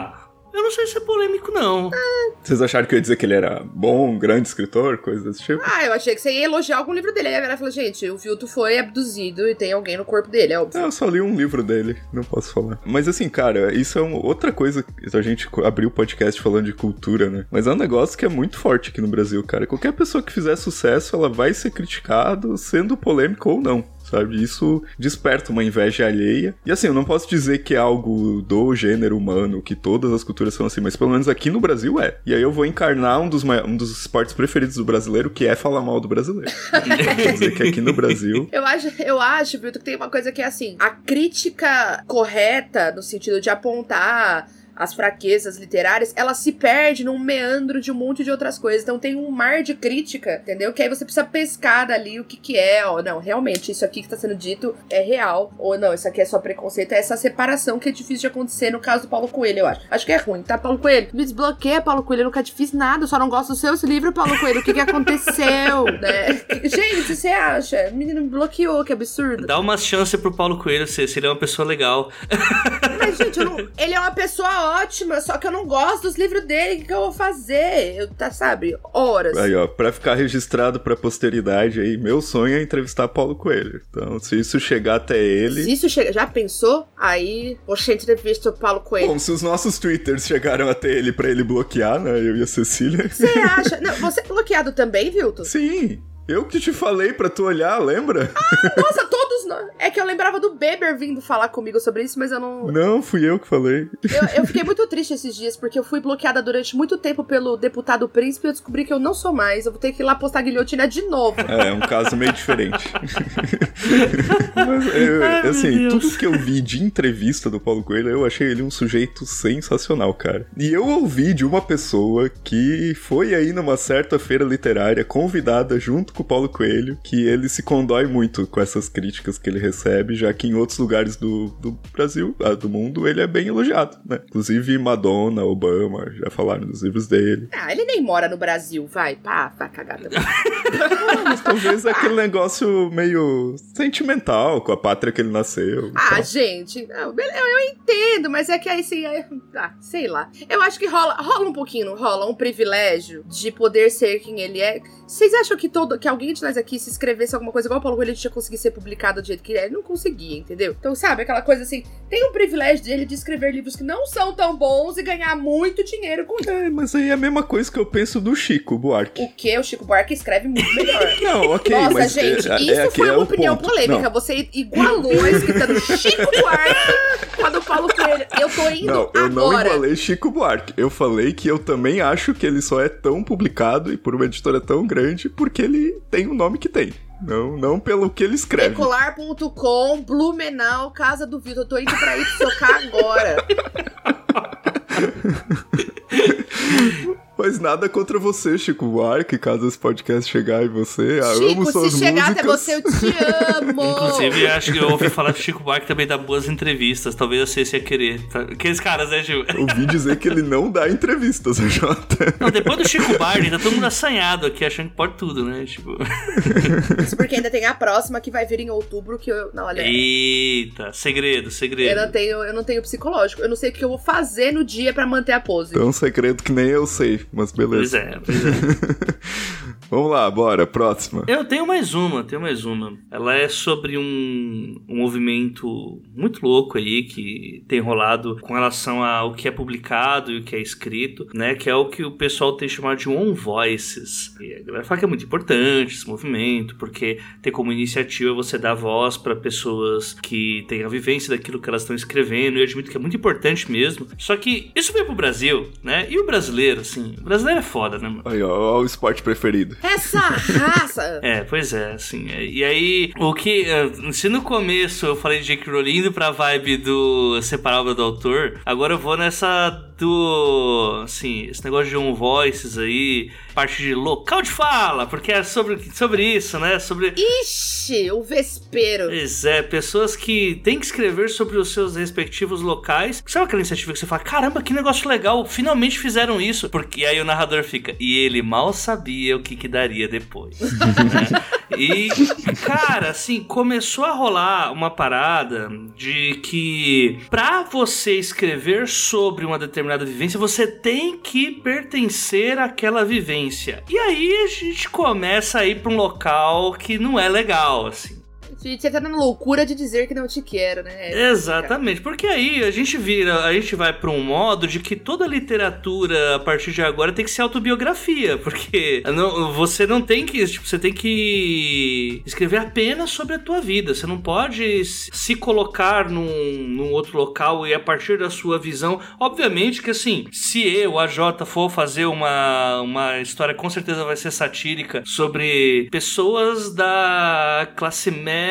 Eu não sei se é polêmico, não. Ah. Vocês acharam que eu ia dizer que ele era bom, grande escritor, coisa desse tipo? Ah, eu achei que você ia elogiar algum livro dele. Aí a Vera falou, gente, o Vilto foi abduzido e tem alguém no corpo dele, é óbvio. Eu só li um livro dele, não posso falar. Mas assim, cara, isso é uma outra coisa. A gente abriu o podcast falando de cultura, né? Mas é um negócio que é muito forte aqui no Brasil, cara. Qualquer pessoa que fizer sucesso, ela vai ser criticado, sendo polêmico ou não. Sabe? Isso desperta uma inveja alheia. E assim, eu não posso dizer que é algo do gênero humano, que todas as culturas são assim, mas pelo menos aqui no Brasil é. E aí eu vou encarnar um dos, um dos esportes preferidos do brasileiro, que é falar mal do brasileiro. Quer dizer que aqui no Brasil... Eu acho, eu acho, Vilto, que tem uma coisa que é assim, a crítica correta, no sentido de apontar as fraquezas literárias, ela se perde num meandro de um monte de outras coisas. Então tem um mar de crítica, entendeu? Que aí você precisa pescar dali o que que é, ó, não, realmente, isso aqui que tá sendo dito é real, ou não, isso aqui é só preconceito. É essa separação que é difícil de acontecer no caso do Paulo Coelho, eu acho. Acho que é ruim, tá, Paulo Coelho? Me desbloqueia, Paulo Coelho, eu nunca te fiz nada, eu só não gosto dos seus livros, Paulo Coelho, o que que aconteceu, né? Gente, você acha? O menino me bloqueou, que absurdo. Dá uma chance pro Paulo Coelho ser, se ele é uma pessoa legal. Mas, gente, eu não, ele é uma pessoa ótima, só que eu não gosto dos livros dele, o que, que eu vou fazer? Eu, tá, sabe, horas. Aí, ó, pra ficar registrado pra posteridade aí, meu sonho é entrevistar Paulo Coelho. Então, se isso chegar até ele... Se isso chegar, já pensou? Aí, você entrevista o Paulo Coelho. Bom, se os nossos twitters chegaram até ele pra ele bloquear, né, eu e a Cecília... Você acha? Não, você é bloqueado também, Vilto? Sim, eu que te falei pra tu olhar, lembra? Ah, nossa, todos nós. É que eu lembrava do Beber vindo falar comigo sobre isso, mas eu não... Não, fui eu que falei. Eu, eu fiquei muito triste esses dias, porque eu fui bloqueada durante muito tempo pelo deputado Príncipe e eu descobri que eu não sou mais. Eu vou ter que ir lá postar guilhotina de novo. É, é um caso meio diferente. Mas, eu, Ai, assim, tudo que eu vi de entrevista do Paulo Coelho, eu achei ele um sujeito sensacional, cara. E eu ouvi de uma pessoa que foi aí numa certa feira literária, convidada junto com o Paulo Coelho, que ele se condói muito com essas críticas que ele recebe, já que em outros lugares do, do Brasil, do mundo, ele é bem elogiado, né? Inclusive Madonna, Obama, já falaram dos livros dele. Ah, ele nem mora no Brasil, vai, pá, vai cagar também. Ah, mas talvez é aquele negócio meio sentimental com a pátria que ele nasceu. Ah, tal. gente, eu, eu entendo, mas é que aí assim, é, ah, sei lá. Eu acho que rola, rola um pouquinho, não rola? Um privilégio de poder ser quem ele é. Vocês acham que, todo, que alguém de nós aqui, se escrevesse alguma coisa igual o Paulo Coelho, ele tinha conseguido ser publicado do jeito que ele é? Ele não conseguia, entendeu? Então, sabe, aquela coisa assim, tem um privilégio dele de escrever livros que não são tão bons e ganhar muito dinheiro com isso. É, mas aí é a mesma coisa que eu penso do Chico Buarque. O quê? O Chico Buarque escreve muito melhor. Não, ok, Nossa, mas... gente, é, isso é, foi é uma opinião ponto. polêmica. Não. Você igualou a escrita do Chico Buarque com a do Paulo Coelho. Eu tô indo Não, eu agora. não igualei Chico Buarque. Eu falei que eu também acho que ele só é tão publicado e por uma editora tão grande porque ele tem o nome que tem. Não, não pelo que ele escreve. Decolar ponto com, Blumenau, Casa do Vitor. Eu tô indo pra ir socar agora. Mas nada contra você, Chico Buarque, caso esse podcast chegar em você. Ah, Chico, amo suas se chegar músicas. até você, eu te amo. Inclusive, acho que eu ouvi falar que o Chico Buarque também dá boas entrevistas. Talvez você se ia querer. Aqueles caras, né, Gil? Ouvi dizer que ele não dá entrevistas, Jota. Não, depois do Chico Buarque, tá todo mundo assanhado aqui, achando que pode tudo, né? Tipo... Isso porque ainda tem a próxima que vai vir em outubro, que eu... Não, olha... Eita, segredo, segredo. Eu não tenho, eu não tenho psicológico. Eu não sei o que eu vou fazer no dia pra manter a pose. É um segredo que nem eu sei. Mas beleza. Pois é, pois é. Vamos lá, bora, próxima. Eu tenho mais uma, tenho mais uma. Ela é sobre um, um movimento muito louco aí que tem rolado com relação ao que é publicado e o que é escrito, né? Que é o que o pessoal tem chamado de On Voices. E a galera fala que é muito importante esse movimento, porque tem como iniciativa você dar voz para pessoas que têm a vivência daquilo que elas estão escrevendo. E eu admito que é muito importante mesmo. Só que isso veio pro Brasil, né? E o brasileiro, assim, o brasileiro é foda, né, mano? Aí, ó, ó, o esporte preferido. Essa raça! É, pois é, assim. É, e aí, o que. Se no começo eu falei de J K. Rowling indo pra vibe do separar a obra do autor, agora eu vou nessa do. Assim, esse negócio de On Voices aí, parte de local de fala, porque é sobre, sobre isso, né? Sobre. Ixi, o vespeiro. Pois é, pessoas que têm que escrever sobre os seus respectivos locais. Sabe aquela iniciativa que você fala, caramba, que negócio legal, finalmente fizeram isso. Porque aí o narrador fica, e ele mal sabia o que que daria depois. Né? E, cara, assim, começou a rolar uma parada de que pra você escrever sobre uma determinada vivência, você tem que pertencer àquela vivência. E aí a gente começa a ir pra um local que não é legal, assim. Você tá na loucura de dizer que não te quero, né? Exatamente, porque aí a gente vira, a gente vai pra um modo de que toda literatura a partir de agora tem que ser autobiografia, porque não, você não tem que, tipo, você tem que escrever apenas sobre a tua vida, você não pode se colocar num, num outro local e a partir da sua visão, obviamente que assim, se eu, a Jota, for fazer uma, uma história, com certeza vai ser satírica, sobre pessoas da classe média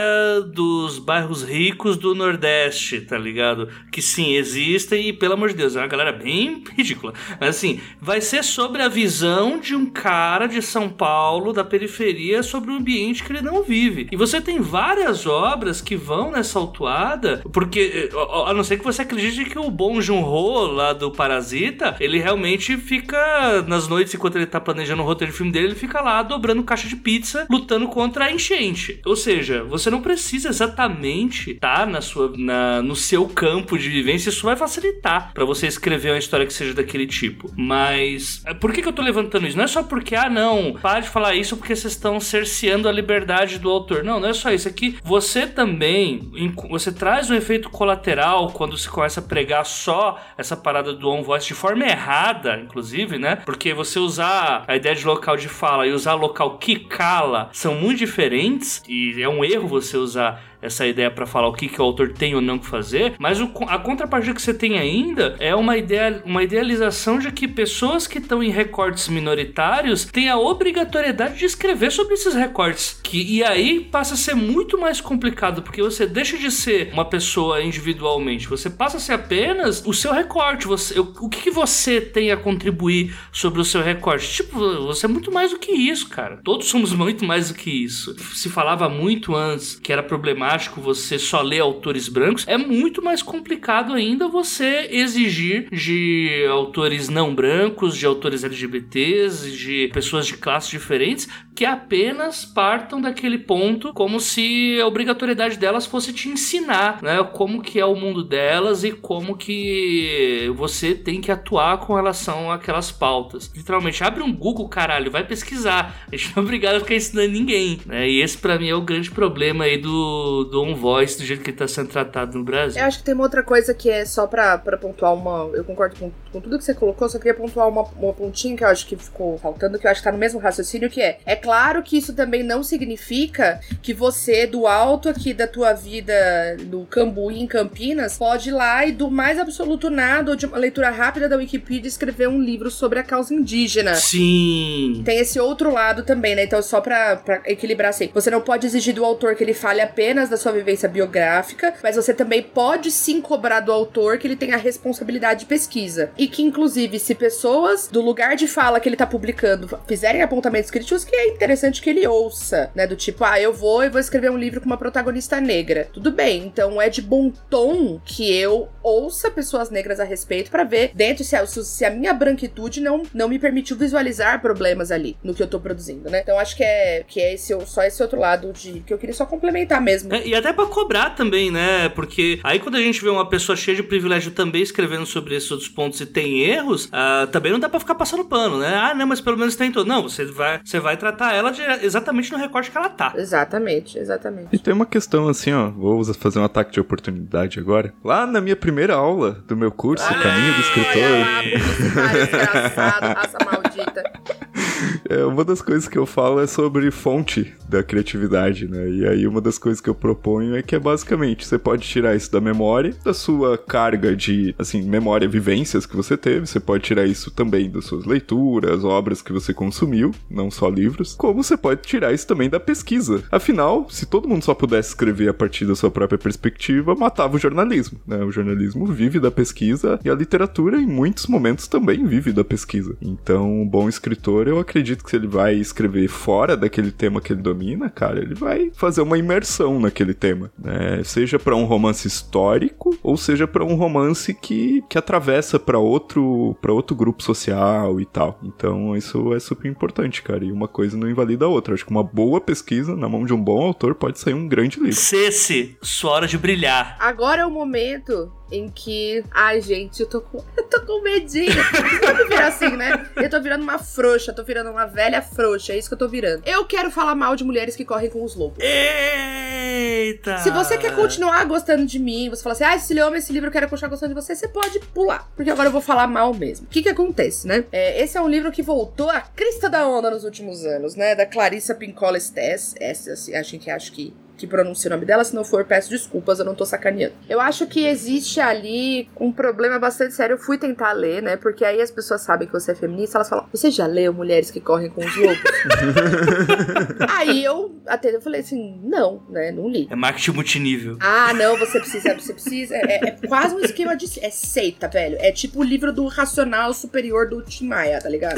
dos bairros ricos do Nordeste, tá ligado? Que sim, existem e, pelo amor de Deus, é uma galera bem ridícula. Mas assim, vai ser sobre a visão de um cara de São Paulo, da periferia, sobre o ambiente que ele não vive. E você tem várias obras que vão nessa autuada, porque, a não ser que você acredite que o Bong Joon-ho, lá do Parasita, ele realmente fica, nas noites, enquanto ele tá planejando o roteiro de filme dele, ele fica lá dobrando caixa de pizza, lutando contra a enchente. Ou seja, você não precisa exatamente estar na sua, na, no seu campo de vivência. Isso vai facilitar pra você escrever uma história que seja daquele tipo. Mas por que que eu tô levantando isso? Não é só porque, ah não, para de falar isso porque vocês estão cerceando a liberdade do autor. Não, não é só isso. É que você também, você traz um efeito colateral quando você começa a pregar só essa parada do on voice de forma errada, inclusive, né? Porque você usar a ideia de local de fala e usar local que cala são muito diferentes e é um erro você usar essa ideia pra falar o que, que o autor tem ou não que fazer, mas o, a contrapartida que você tem ainda é uma, ideia, uma idealização de que pessoas que estão em recortes minoritários têm a obrigatoriedade de escrever sobre esses recortes, que, e aí passa a ser muito mais complicado, porque você deixa de ser uma pessoa individualmente, você passa a ser apenas o seu recorte, você, o, o que, que você tem a contribuir sobre o seu recorte. Tipo, você é muito mais do que isso, cara. Todos somos muito mais do que isso. Se falava muito antes que era problemático você só ler autores brancos, é muito mais complicado ainda você exigir de autores não brancos, de autores L G B Ts, de pessoas de classes diferentes, que apenas partam daquele ponto como se a obrigatoriedade delas fosse te ensinar, né, como que é o mundo delas e como que você tem que atuar com relação àquelas pautas. Literalmente, abre um Google, caralho, vai pesquisar. A gente não é obrigado a ficar ensinando ninguém, né, e esse pra mim é o grande problema aí do do on voice, do jeito que ele tá sendo tratado no Brasil. Eu acho que tem uma outra coisa que é só pra, pra pontuar uma... Eu concordo com, com tudo que você colocou, só queria pontuar uma, uma pontinha que eu acho que ficou faltando, que eu acho que tá no mesmo raciocínio, que é... É claro que isso também não significa que você, do alto aqui da tua vida, do Cambuí, em Campinas, pode ir lá e do mais absoluto nada, ou de uma leitura rápida da Wikipedia, escrever um livro sobre a causa indígena. Sim! Tem esse outro lado também, né? Então, só pra, pra equilibrar assim, você não pode exigir do autor que ele fale apenas da sua vivência biográfica, mas você também pode sim cobrar do autor que ele tenha a responsabilidade de pesquisa. E que, inclusive, se pessoas do lugar de fala que ele tá publicando fizerem apontamentos críticos, que é interessante que ele ouça, né? Do tipo, ah, eu vou e vou escrever um livro com uma protagonista negra. Tudo bem, então é de bom tom que eu ouça pessoas negras a respeito pra ver dentro se a, se a minha branquitude não, não me permitiu visualizar problemas ali no que eu tô produzindo, né? Então acho que é, que é esse, só esse outro lado de que eu queria só complementar mesmo. É, e até pra cobrar também, né? Porque aí quando a gente vê uma pessoa cheia de privilégio também escrevendo sobre esses outros pontos e tem erros, uh, também não dá pra ficar passando pano, né? Ah, não, mas pelo menos tem todo. Não, você vai, você vai tratar ela de, exatamente no recorte que ela tá. Exatamente, exatamente. E tem uma questão assim, ó, vou fazer um ataque de oportunidade agora. Lá na minha primeira aula do meu curso, ah, Caminho do Escritor... Olha lá, publicitário desgraçado, raça maldita. É, uma das coisas que eu falo é sobre fonte da criatividade, né? E aí uma das coisas que eu proponho é que é basicamente, você pode tirar isso da memória, da sua carga de, assim, memória, vivências que você teve, você pode tirar isso também das suas leituras, obras que você consumiu, não só livros, como você pode tirar isso também da pesquisa. Afinal, se todo mundo só pudesse escrever a partir da sua própria perspectiva, matava o jornalismo, né? O jornalismo vive da pesquisa e a literatura, em muitos momentos, também vive da pesquisa. Então, um bom escritor, eu acredito que se ele vai escrever fora daquele tema que ele domina, domina, cara, ele vai fazer uma imersão naquele tema, né? Seja pra um romance histórico, ou seja pra um romance que, que atravessa pra outro, pra outro grupo social e tal. Então, isso é super importante, cara, e uma coisa não invalida a outra. Acho que uma boa pesquisa na mão de um bom autor pode sair um grande livro. Ceci, sua hora de brilhar. Agora é o momento em que... Ai, gente, eu tô com, eu tô com medinho. Não me virar assim, né? Eu tô virando uma frouxa, tô virando uma velha frouxa. É isso que eu tô virando. Eu quero falar mal de mulheres que correm com os lobos. Eita! Se você quer continuar gostando de mim, você fala assim, ah, se leu esse livro, eu quero continuar gostando de você, você pode pular. Porque agora eu vou falar mal mesmo. O que que acontece, né? É, esse é um livro que voltou à crista da onda nos últimos anos, né? Da Clarissa Pinkola Estes. Essa, assim, acho que acho que... que pronuncia o nome dela, se não for, peço desculpas, eu não tô sacaneando. Eu acho que existe ali um problema bastante sério, eu fui tentar ler, né, porque aí as pessoas sabem que você é feminista, elas falam, você já leu Mulheres que Correm com os Lobos? Aí eu até eu falei assim, não, né, não li. É marketing multinível. Ah, não, você precisa, você precisa, é, é quase um esquema de, é seita, velho, é tipo o livro do Racional Superior do Tim Maia, tá ligado?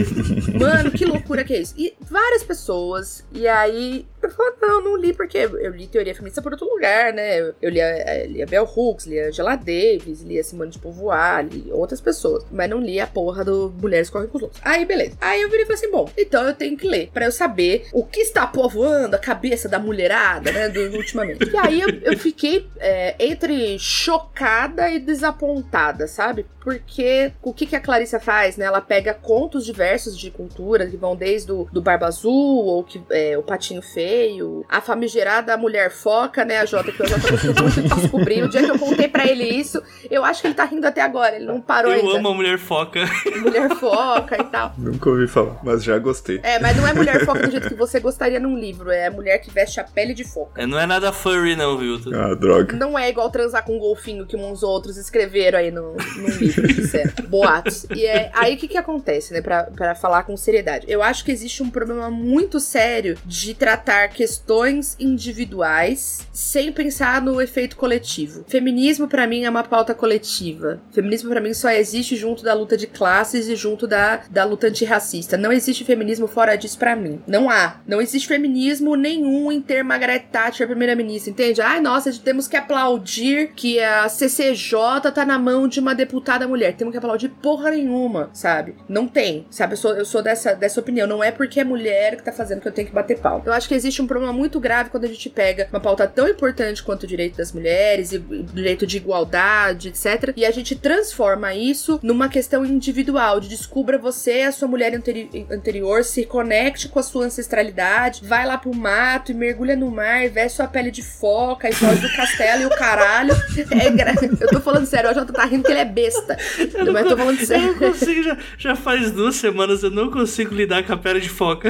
Mano, que loucura que é isso. E várias pessoas, e aí eu falei, não, não li porque eu li teoria feminista por outro lugar, né? Eu lia, lia Bell Hooks, lia Angela Davis, lia Simone de Beauvoir, li outras pessoas. Mas não li a porra do Mulheres Correm com os Lobos. Aí, beleza. Aí eu virei e falei assim, bom, então eu tenho que ler pra eu saber o que está povoando a cabeça da mulherada, né? Do, do ultimamente. E aí eu, eu fiquei é, entre chocada e desapontada, sabe? Porque o que, que a Clarissa faz, né? Ela pega contos diversos de cultura, que vão desde o do Barba Azul, ou que, é, o Patinho Feio, a famigerada Mulher Foca, né? A Jota, que eu já tô gostando muito de descobrir. O dia que eu contei pra ele isso, eu acho que ele tá rindo até agora, ele não parou eu ainda. Eu amo a Mulher Foca. Mulher Foca e tal. Nunca ouvi falar, mas já gostei. É, mas não é Mulher Foca do jeito que você gostaria num livro, é a mulher que veste a pele de foca. É, não é nada furry não, viu? Ah, droga. Não é igual transar com um golfinho que uns outros escreveram aí no, no livro, disseram. Boatos. E é aí o que que acontece, né, pra, pra falar com seriedade. Eu acho que existe um problema muito sério de tratar questões individuais sem pensar no efeito coletivo. Feminismo pra mim é uma pauta coletiva. Feminismo pra mim só existe junto da luta de classes e junto da, da luta antirracista. Não existe feminismo fora disso pra mim. Não há. Não existe feminismo nenhum em ter Margaret Thatcher primeira-ministra, entende? Ai, nossa, temos que aplaudir que a C C J tá na mão de uma deputada mulher. Temos que aplaudir porra nenhuma, sabe? Não tem, sabe? Eu sou, eu sou dessa, dessa opinião. Não é porque é mulher que tá fazendo que eu tenho que bater pau. Eu acho que existe um problema muito grave quando a gente pega uma pauta tão importante quanto o direito das mulheres e o direito de igualdade, etcétera. E a gente transforma isso numa questão individual, de descubra você, a sua mulher anteri- anterior, se conecte com a sua ancestralidade, vai lá pro mato e mergulha no mar, veste sua pele de foca e foge do castelo e o caralho. É gra... Eu tô falando sério, o Jota tá rindo que ele é besta. Eu não, mas eu tô falando sério. Eu não consigo, já, já faz duas semanas eu não consigo lidar com a pele de foca.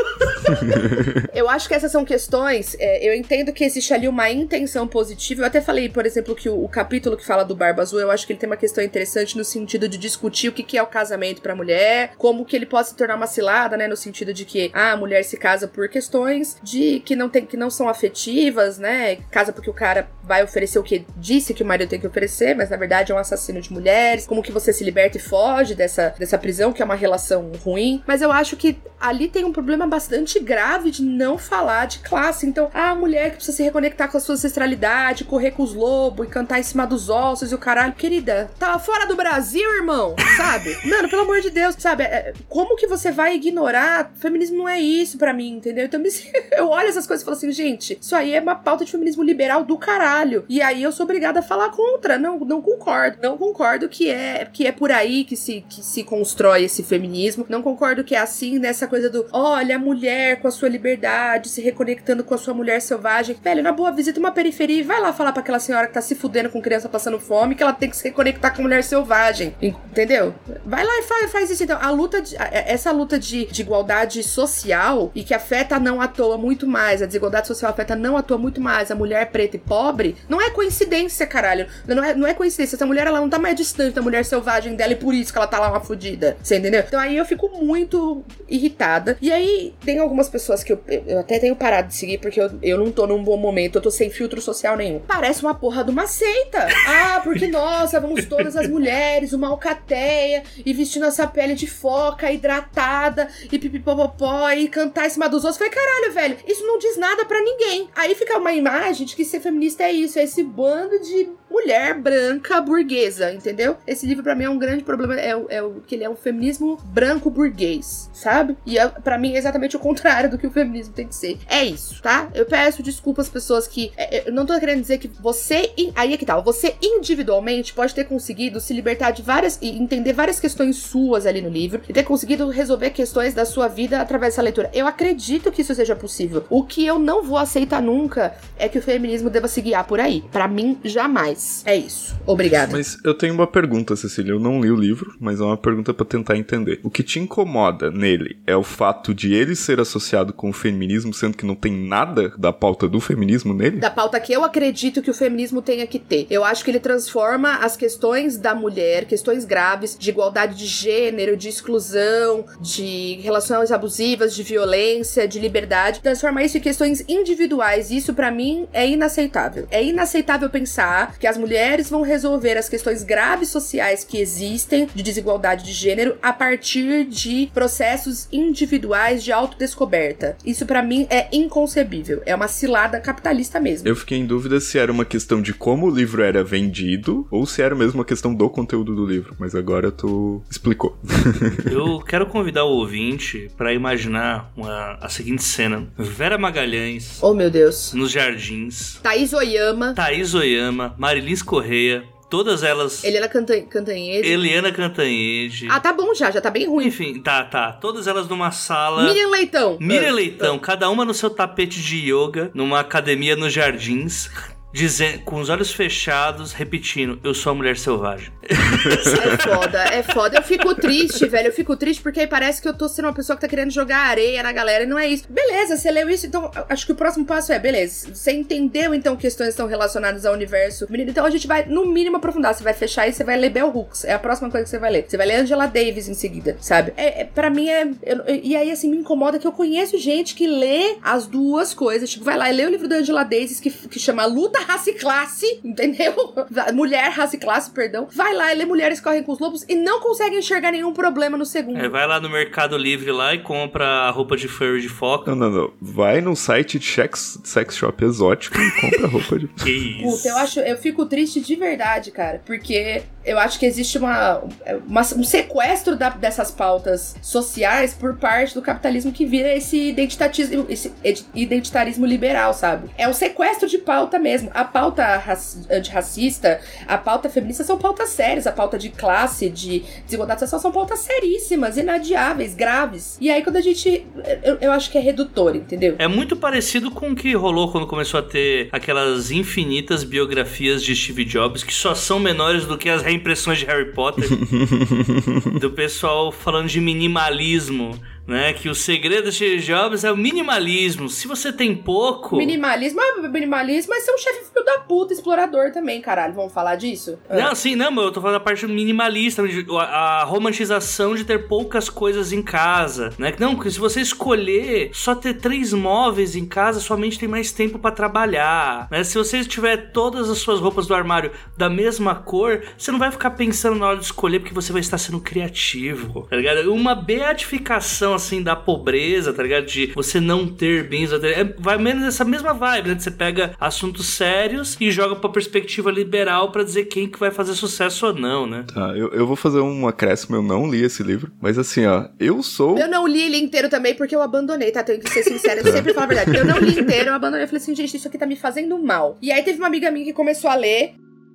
Eu acho que essas são questões, é, eu entendo que existe ali uma intenção positiva. Eu até falei, por exemplo, que o, o capítulo que fala do Barba Azul, eu acho que ele tem uma questão interessante no sentido de discutir o que, que é o casamento pra mulher, como que ele pode se tornar uma cilada, né, no sentido de que ah, a mulher se casa por questões de que não, tem, que não são afetivas, né, casa porque o cara vai oferecer o que disse que o marido tem que oferecer, mas na verdade é um assassino de mulheres, como que você se liberta e foge dessa, dessa prisão, que é uma relação ruim. Mas eu acho que ali tem um problema bastante grave de não falar de classe. Então, ah, a mulher que precisa se reconectar com a sua ancestralidade, correr com os lobos e cantar em cima dos ossos e o caralho. Querida, tava fora do Brasil, irmão, sabe? Mano, pelo amor de Deus, sabe? Como que você vai ignorar? Feminismo não é isso pra mim, entendeu? Então, eu olho essas coisas e falo assim, gente, isso aí é uma pauta de feminismo liberal do caralho. E aí eu sou obrigada a falar contra. Não, não concordo. Não concordo que é, que é por aí que se, que se constrói esse feminismo. Não concordo que é assim, nessa coisa do, olha, a mulher com a sua liberdade, se reconectando com a sua mulher selvagem. Velho, na boa, visita uma periferia e vai lá falar pra aquela senhora que tá se fudendo com criança passando fome que ela tem que se reconectar com a mulher selvagem. Entendeu? Vai lá e faz, faz isso. Então, a luta, de, essa luta de, de igualdade social e que afeta não à toa muito mais, a desigualdade social afeta não à toa muito mais a mulher preta e pobre, não é coincidência, caralho. Não é, não é coincidência. Essa mulher, ela não tá mais distante da mulher selvagem dela e por isso que ela tá lá uma fudida. Você entendeu? Então aí eu fico muito irritada. E aí tem algumas pessoas que eu, eu até tenho parado de seguir porque eu, eu não tô num bom momento, eu tô sem filtro social nenhum. Parece uma porra de uma seita. Ah, porque, nossa, vamos todas as mulheres, uma alcateia, e vestindo essa pele de foca, hidratada, e pipipopopó, e cantar em cima dos outros. Eu falei, caralho, velho, isso não diz nada pra ninguém. Aí fica uma imagem de que ser feminista é isso, é esse bando de mulher branca burguesa, entendeu? Esse livro pra mim é um grande problema, é, é o que ele é um feminismo branco burguês, sabe? E é, pra mim é exatamente o contrário do que o feminismo tem que ser. É isso, tá? Eu peço desculpa às pessoas que... É, eu não tô querendo dizer que você... Aí é que tal, você individualmente pode ter conseguido se libertar de várias... e entender várias questões suas ali no livro, e ter conseguido resolver questões da sua vida através dessa leitura. Eu acredito que isso seja possível. O que eu não vou aceitar nunca é que o feminismo deva se guiar por aí. Pra mim, jamais. É isso. Obrigada. Mas eu tenho uma pergunta, Cecília. Eu não li o livro, mas é uma pergunta pra tentar entender. O que te incomoda nele é o fato de ele ser associado com o feminismo, sendo que não tem nada da pauta do feminismo nele? Da pauta que eu acredito que o feminismo tenha que ter. Eu acho que ele transforma as questões da mulher, questões graves, de igualdade de gênero, de exclusão, de relações abusivas, de violência, de liberdade, transforma isso em questões individuais. E isso, pra mim, é inaceitável. É inaceitável pensar que as mulheres vão resolver as questões graves sociais que existem de desigualdade de gênero a partir de processos individuais de autodescoberta. Isso pra mim é inconcebível. É uma cilada capitalista mesmo. Eu fiquei em dúvida se era uma questão de como o livro era vendido ou se era mesmo uma questão do conteúdo do livro, mas agora tu explicou. Eu quero convidar o ouvinte pra imaginar uma, a seguinte cena. Vera Magalhães. Oh, meu Deus. Nos jardins. Thaís Oyama. Thaís Oyama. Marilis Correia. Todas elas... Eliana Cantan- Cantanhede. Eliana Cantanhede. Ah, tá bom já, já tá bem ruim. Enfim, tá, tá. Todas elas numa sala... Miriam Leitão. Miriam Ah, Leitão, ah. cada uma no seu tapete de yoga, numa academia nos jardins... Dizendo, com os olhos fechados, repetindo, eu sou a mulher selvagem. É foda, é foda. Eu fico triste, velho. Eu fico triste porque aí parece que eu tô sendo uma pessoa que tá querendo jogar areia na galera e não é isso. Beleza, você leu isso, então acho que o próximo passo é, beleza, você entendeu então que questões estão relacionadas ao universo. Menino, então a gente vai, no mínimo, aprofundar. Você vai fechar e você vai ler Bell Hooks. É a próxima coisa que você vai ler. Você vai ler Angela Davis em seguida, sabe? É, é, pra mim é... Eu, e aí, assim, me incomoda que eu conheço gente que lê as duas coisas. Tipo, vai lá e lê o livro da Angela Davis que, que chama Luta, Raça e Classe, entendeu? Mulher, Raça e Classe, perdão. Vai lá e lê Mulheres Correm com os Lobos e não consegue enxergar nenhum problema no segundo. É, vai lá no Mercado Livre lá e compra a roupa de furry de foca. Não, não, não. Vai num site de sex, sex shop exótico e compra roupa de... Que isso? Puta, eu acho, eu fico triste de verdade, cara, porque eu acho que existe uma, uma um sequestro da, dessas pautas sociais por parte do capitalismo que vira esse identitarismo, esse identitarismo liberal, sabe? É um sequestro de pauta mesmo. A pauta antirracista, a pauta feminista são pautas sérias, a pauta de classe, de desigualdade social são pautas seríssimas, inadiáveis, graves. E aí quando a gente... Eu, eu acho que é redutor, entendeu? É muito parecido com o que rolou quando começou a ter aquelas infinitas biografias de Steve Jobs que só são menores do que as reimpressões de Harry Potter. Do pessoal falando de minimalismo, né? Que o segredo de Steve Jobs é o minimalismo. Se você tem pouco... Minimalismo, ah, minimalismo é ser um chefe filho da puta, explorador também, caralho. Vamos falar disso? Não, ah. sim, não, mas eu tô falando da parte minimalista, a, a romantização de ter poucas coisas em casa, né? Não, porque se você escolher só ter três móveis em casa, sua mente tem mais tempo pra trabalhar, né? Se você tiver todas as suas roupas do armário da mesma cor, você não vai ficar pensando na hora de escolher, porque você vai estar sendo criativo, tá ligado? Uma beatificação, assim, da pobreza, tá ligado? De você não ter bens, é, vai menos essa mesma vibe, né? Você pega assuntos sérios e joga pra perspectiva liberal pra dizer quem que vai fazer sucesso ou não, né? Tá, eu, eu vou fazer um acréscimo, eu não li esse livro, mas assim, ó, eu sou... Eu não li ele inteiro também porque eu abandonei, tá? Tenho que ser sincera, eu sempre falo a verdade. Eu não li inteiro, eu abandonei, eu falei assim, gente, isso aqui tá me fazendo mal. E aí teve uma amiga minha que começou a ler...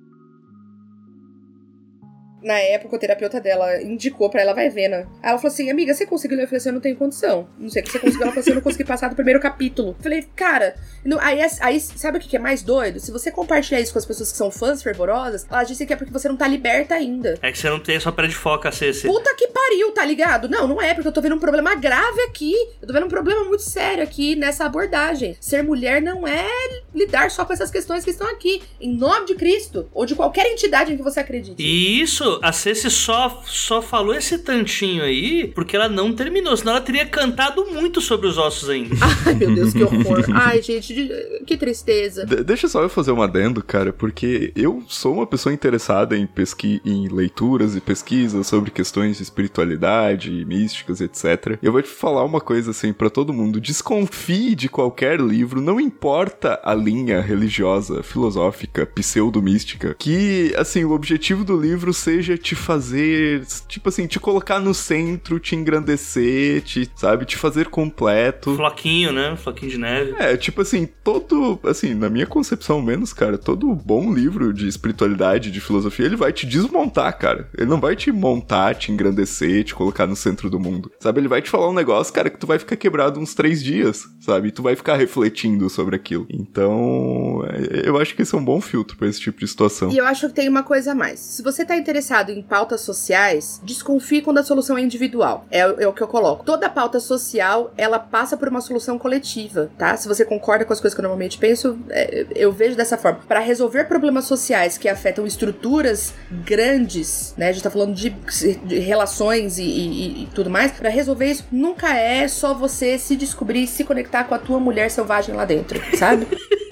Na época, o terapeuta dela indicou pra ela, vai vendo. Aí ela falou assim, amiga, você conseguiu ler? Eu falei assim, eu não tenho condição. Não sei o que você conseguiu. Ela falou assim, eu não consegui passar do primeiro capítulo. Eu falei, cara, não, aí, aí sabe o que é mais doido? Se você compartilhar isso com as pessoas que são fãs fervorosas, elas dizem que é porque você não tá liberta ainda. É que você não tem a sua pé de foca, C C. Puta que pariu, tá ligado? Não, não é, porque eu tô vendo um problema grave aqui. Eu tô vendo um problema muito sério aqui nessa abordagem. Ser mulher não é lidar só com essas questões que estão aqui. Em nome de Cristo. Ou de qualquer entidade em que você acredite. E isso isso, a Ceci só, só falou esse tantinho aí porque ela não terminou, senão ela teria cantado muito sobre os ossos ainda. Ai, meu Deus, que horror. Ai, gente, que tristeza. De- deixa só eu fazer um adendo, cara, porque eu sou uma pessoa interessada em, pesqui- em leituras e pesquisas sobre questões de espiritualidade, místicas, etcétera. Eu vou te falar uma coisa assim pra todo mundo: desconfie de qualquer livro, não importa a linha religiosa, filosófica, pseudo-mística, que, assim, o objetivo do livro seja te fazer, tipo assim, te colocar no centro, te engrandecer, te, sabe, te fazer completo. Floquinho, né? Floquinho de neve. É, tipo assim, todo, assim, na minha concepção menos, cara, todo bom livro de espiritualidade, de filosofia, ele vai te desmontar, cara. Ele não vai te montar, te engrandecer, te colocar no centro do mundo, sabe? Ele vai te falar um negócio, cara, que tu vai ficar quebrado uns três dias, sabe? E tu vai ficar refletindo sobre aquilo. Então, eu acho que esse é um bom filtro pra esse tipo de situação. E eu acho que tem uma coisa a mais. Se você tá interessado em pautas sociais, desconfie quando a solução é individual. É, é o que eu coloco. Toda pauta social, ela passa por uma solução coletiva, tá? Se você concorda com as coisas que eu normalmente penso, é, eu vejo dessa forma. Para resolver problemas sociais que afetam estruturas grandes, né? A gente tá falando de, de relações e, e, e tudo mais. Para resolver isso, nunca é só você se descobrir e se conectar com a tua mulher selvagem lá dentro, sabe?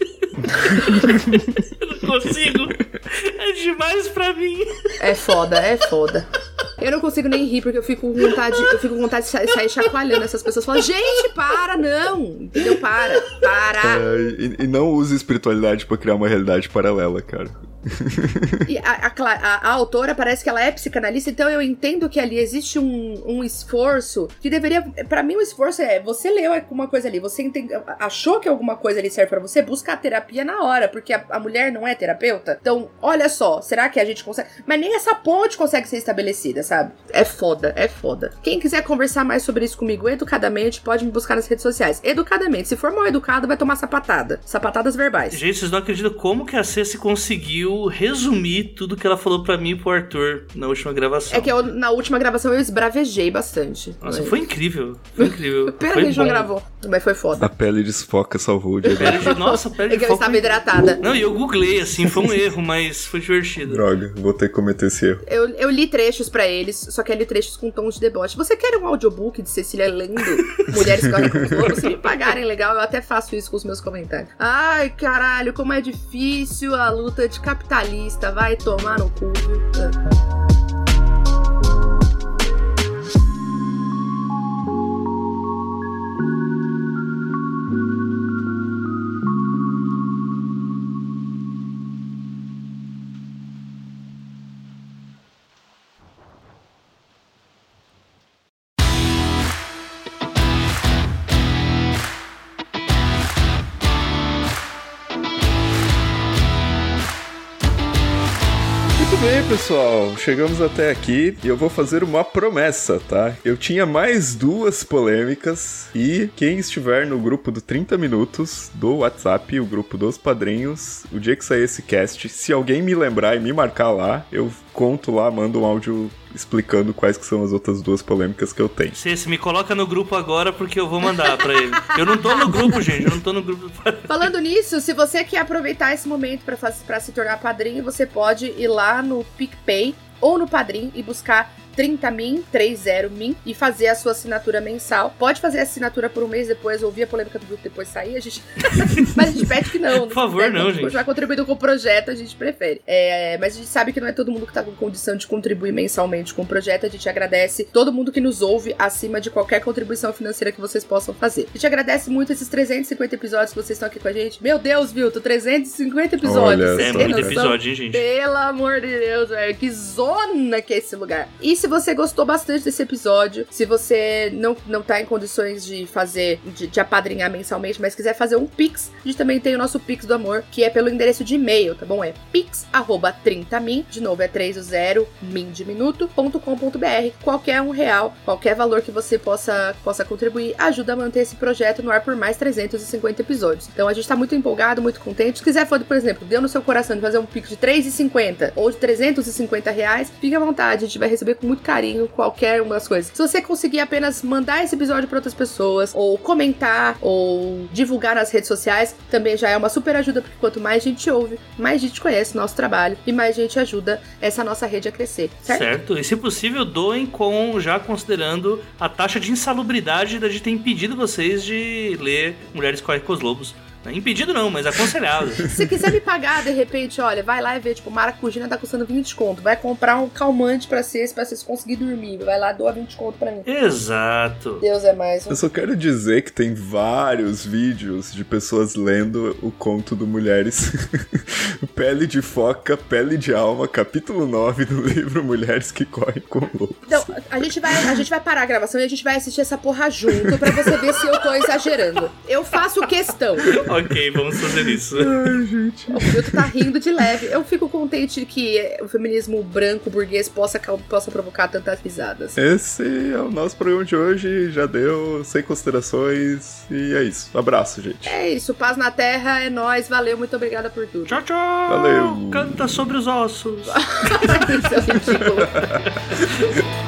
Eu não consigo. É demais pra mim. É foda, é foda. Eu não consigo nem rir, porque eu fico com vontade, eu fico com vontade de sa- sair chacoalhando essas pessoas. Falam, gente, para, não! Entendeu? Para, para! É, e, e não use espiritualidade pra criar uma realidade paralela, cara. E a, a, Cla- a- a autora parece que ela é psicanalista, então eu entendo que ali existe um, um esforço que deveria... Pra mim, o esforço é, você leu alguma coisa ali, você entende, achou que alguma coisa ali serve pra você, busca a terapia na hora, porque a, a mulher não é terapeuta. Então, olha só, será que a gente consegue... Mas nem essa ponte consegue ser estabelecida, sabe? É foda, é foda. Quem quiser conversar mais sobre isso comigo educadamente, pode me buscar nas redes sociais. Educadamente. Se for mal educado, vai tomar sapatada. Sapatadas verbais. Gente, vocês não acreditam como que a Ceci conseguiu resumir tudo que ela falou pra mim e pro Arthur na última gravação. É que eu, na última gravação eu esbravejei bastante. Nossa, Mas... foi incrível. Foi incrível. Pena foi que a gente não bom. gravou. Mas foi foda. A pele de foca salvou o dia Pele dele. de... Nossa, pele É de que eu foco. estava hidratada. Não, e eu googlei, assim, foi um erro, mas foi divertido. Droga, vou ter que cometer esse erro. Eu, eu li trechos pra eles, só que eu li trechos com tons de deboche. Você quer um audiobook de Cecília lendo Mulheres Correm com Fogo? Se me pagarem legal, eu até faço isso com os meus comentários. Ai, caralho, como é difícil a luta de capitalista. Vai tomar no cu, viu? Bem, pessoal, chegamos até aqui e eu vou fazer uma promessa, tá? Eu tinha mais duas polêmicas e quem estiver no grupo do trinta minutos do WhatsApp, o grupo dos padrinhos, o dia que sair esse cast, se alguém me lembrar e me marcar lá, eu conto lá, mando um áudio explicando quais que são as outras duas polêmicas que eu tenho. Ceci, me coloca no grupo agora porque eu vou mandar pra ele. Eu não tô no grupo, gente, eu não tô no grupo. Falando nisso, se você quer aproveitar esse momento pra, faz- pra se tornar padrinho, você pode ir lá no PicPay ou no Padrim e buscar trinta min, trinta min e fazer a sua assinatura mensal. Pode fazer a assinatura por um mês depois, ouvir a polêmica do grupo depois sair, a gente... mas a gente pede que não. Por favor, não, né? gente. Continuar contribuindo com o projeto, a gente prefere. É, mas a gente sabe que não é todo mundo que tá com condição de contribuir mensalmente com o projeto. A gente agradece todo mundo que nos ouve acima de qualquer contribuição financeira que vocês possam fazer. A gente agradece muito esses trezentos e cinquenta episódios que vocês estão aqui com a gente. Meu Deus, Vilto, trezentos e cinquenta episódios. Olha Vocês É só, têm muito noção? episódio, hein, gente? Pelo amor de Deus, velho. Que zona que é esse lugar. E se você gostou bastante desse episódio, se você não, não tá em condições de fazer, de, de apadrinhar mensalmente, mas quiser fazer um Pix, a gente também tem o nosso Pix do Amor, que é pelo endereço de e-mail, tá bom? É pix arroba trinta min, de novo é trinta min de minuto, ponto com ponto br. Qualquer um real, qualquer valor que você possa, possa contribuir, ajuda a manter esse projeto no ar por mais trezentos e cinquenta episódios. Então a gente tá muito empolgado, muito contente. Se quiser, por exemplo, deu no seu coração de fazer um Pix de três reais e cinquenta ou de trezentos e cinquenta reais, fique à vontade, a gente vai receber com muito carinho qualquer uma das coisas. Se você conseguir apenas mandar esse episódio para outras pessoas, ou comentar, ou divulgar nas redes sociais, também já é uma super ajuda, porque quanto mais gente ouve, mais gente conhece o nosso trabalho e mais gente ajuda essa nossa rede a crescer, certo? Certo, e se possível doem com, já considerando a taxa de insalubridade da gente ter impedido vocês de ler Mulheres Correm com os Lobos. Impedido não, mas aconselhado. Se quiser me pagar, de repente, olha, vai lá e vê, tipo, maracujina tá custando vinte conto. Vai comprar um calmante pra vocês, pra vocês conseguirem dormir. Vai lá, doa vinte conto pra mim. Exato. Deus é mais. Um... Eu só quero dizer que tem vários vídeos de pessoas lendo o conto do Mulheres. Pele de Foca, Pele de Alma, capítulo nove do livro Mulheres que Correm com Lobos. Então, a gente, vai, a gente vai parar a gravação e a gente vai assistir essa porra junto pra você ver se eu tô exagerando. Eu faço questão. Ok, vamos fazer isso. Ai, gente. O Vilto tá rindo de leve. Eu fico contente que o feminismo branco burguês possa, possa provocar tantas risadas. Esse é o nosso programa de hoje. Já deu, sem considerações. E é isso. Um abraço, gente. É isso. Paz na terra. É nóis. Valeu. Muito obrigada por tudo. Tchau, tchau. Valeu. Canta sobre os ossos. Isso é ridículo.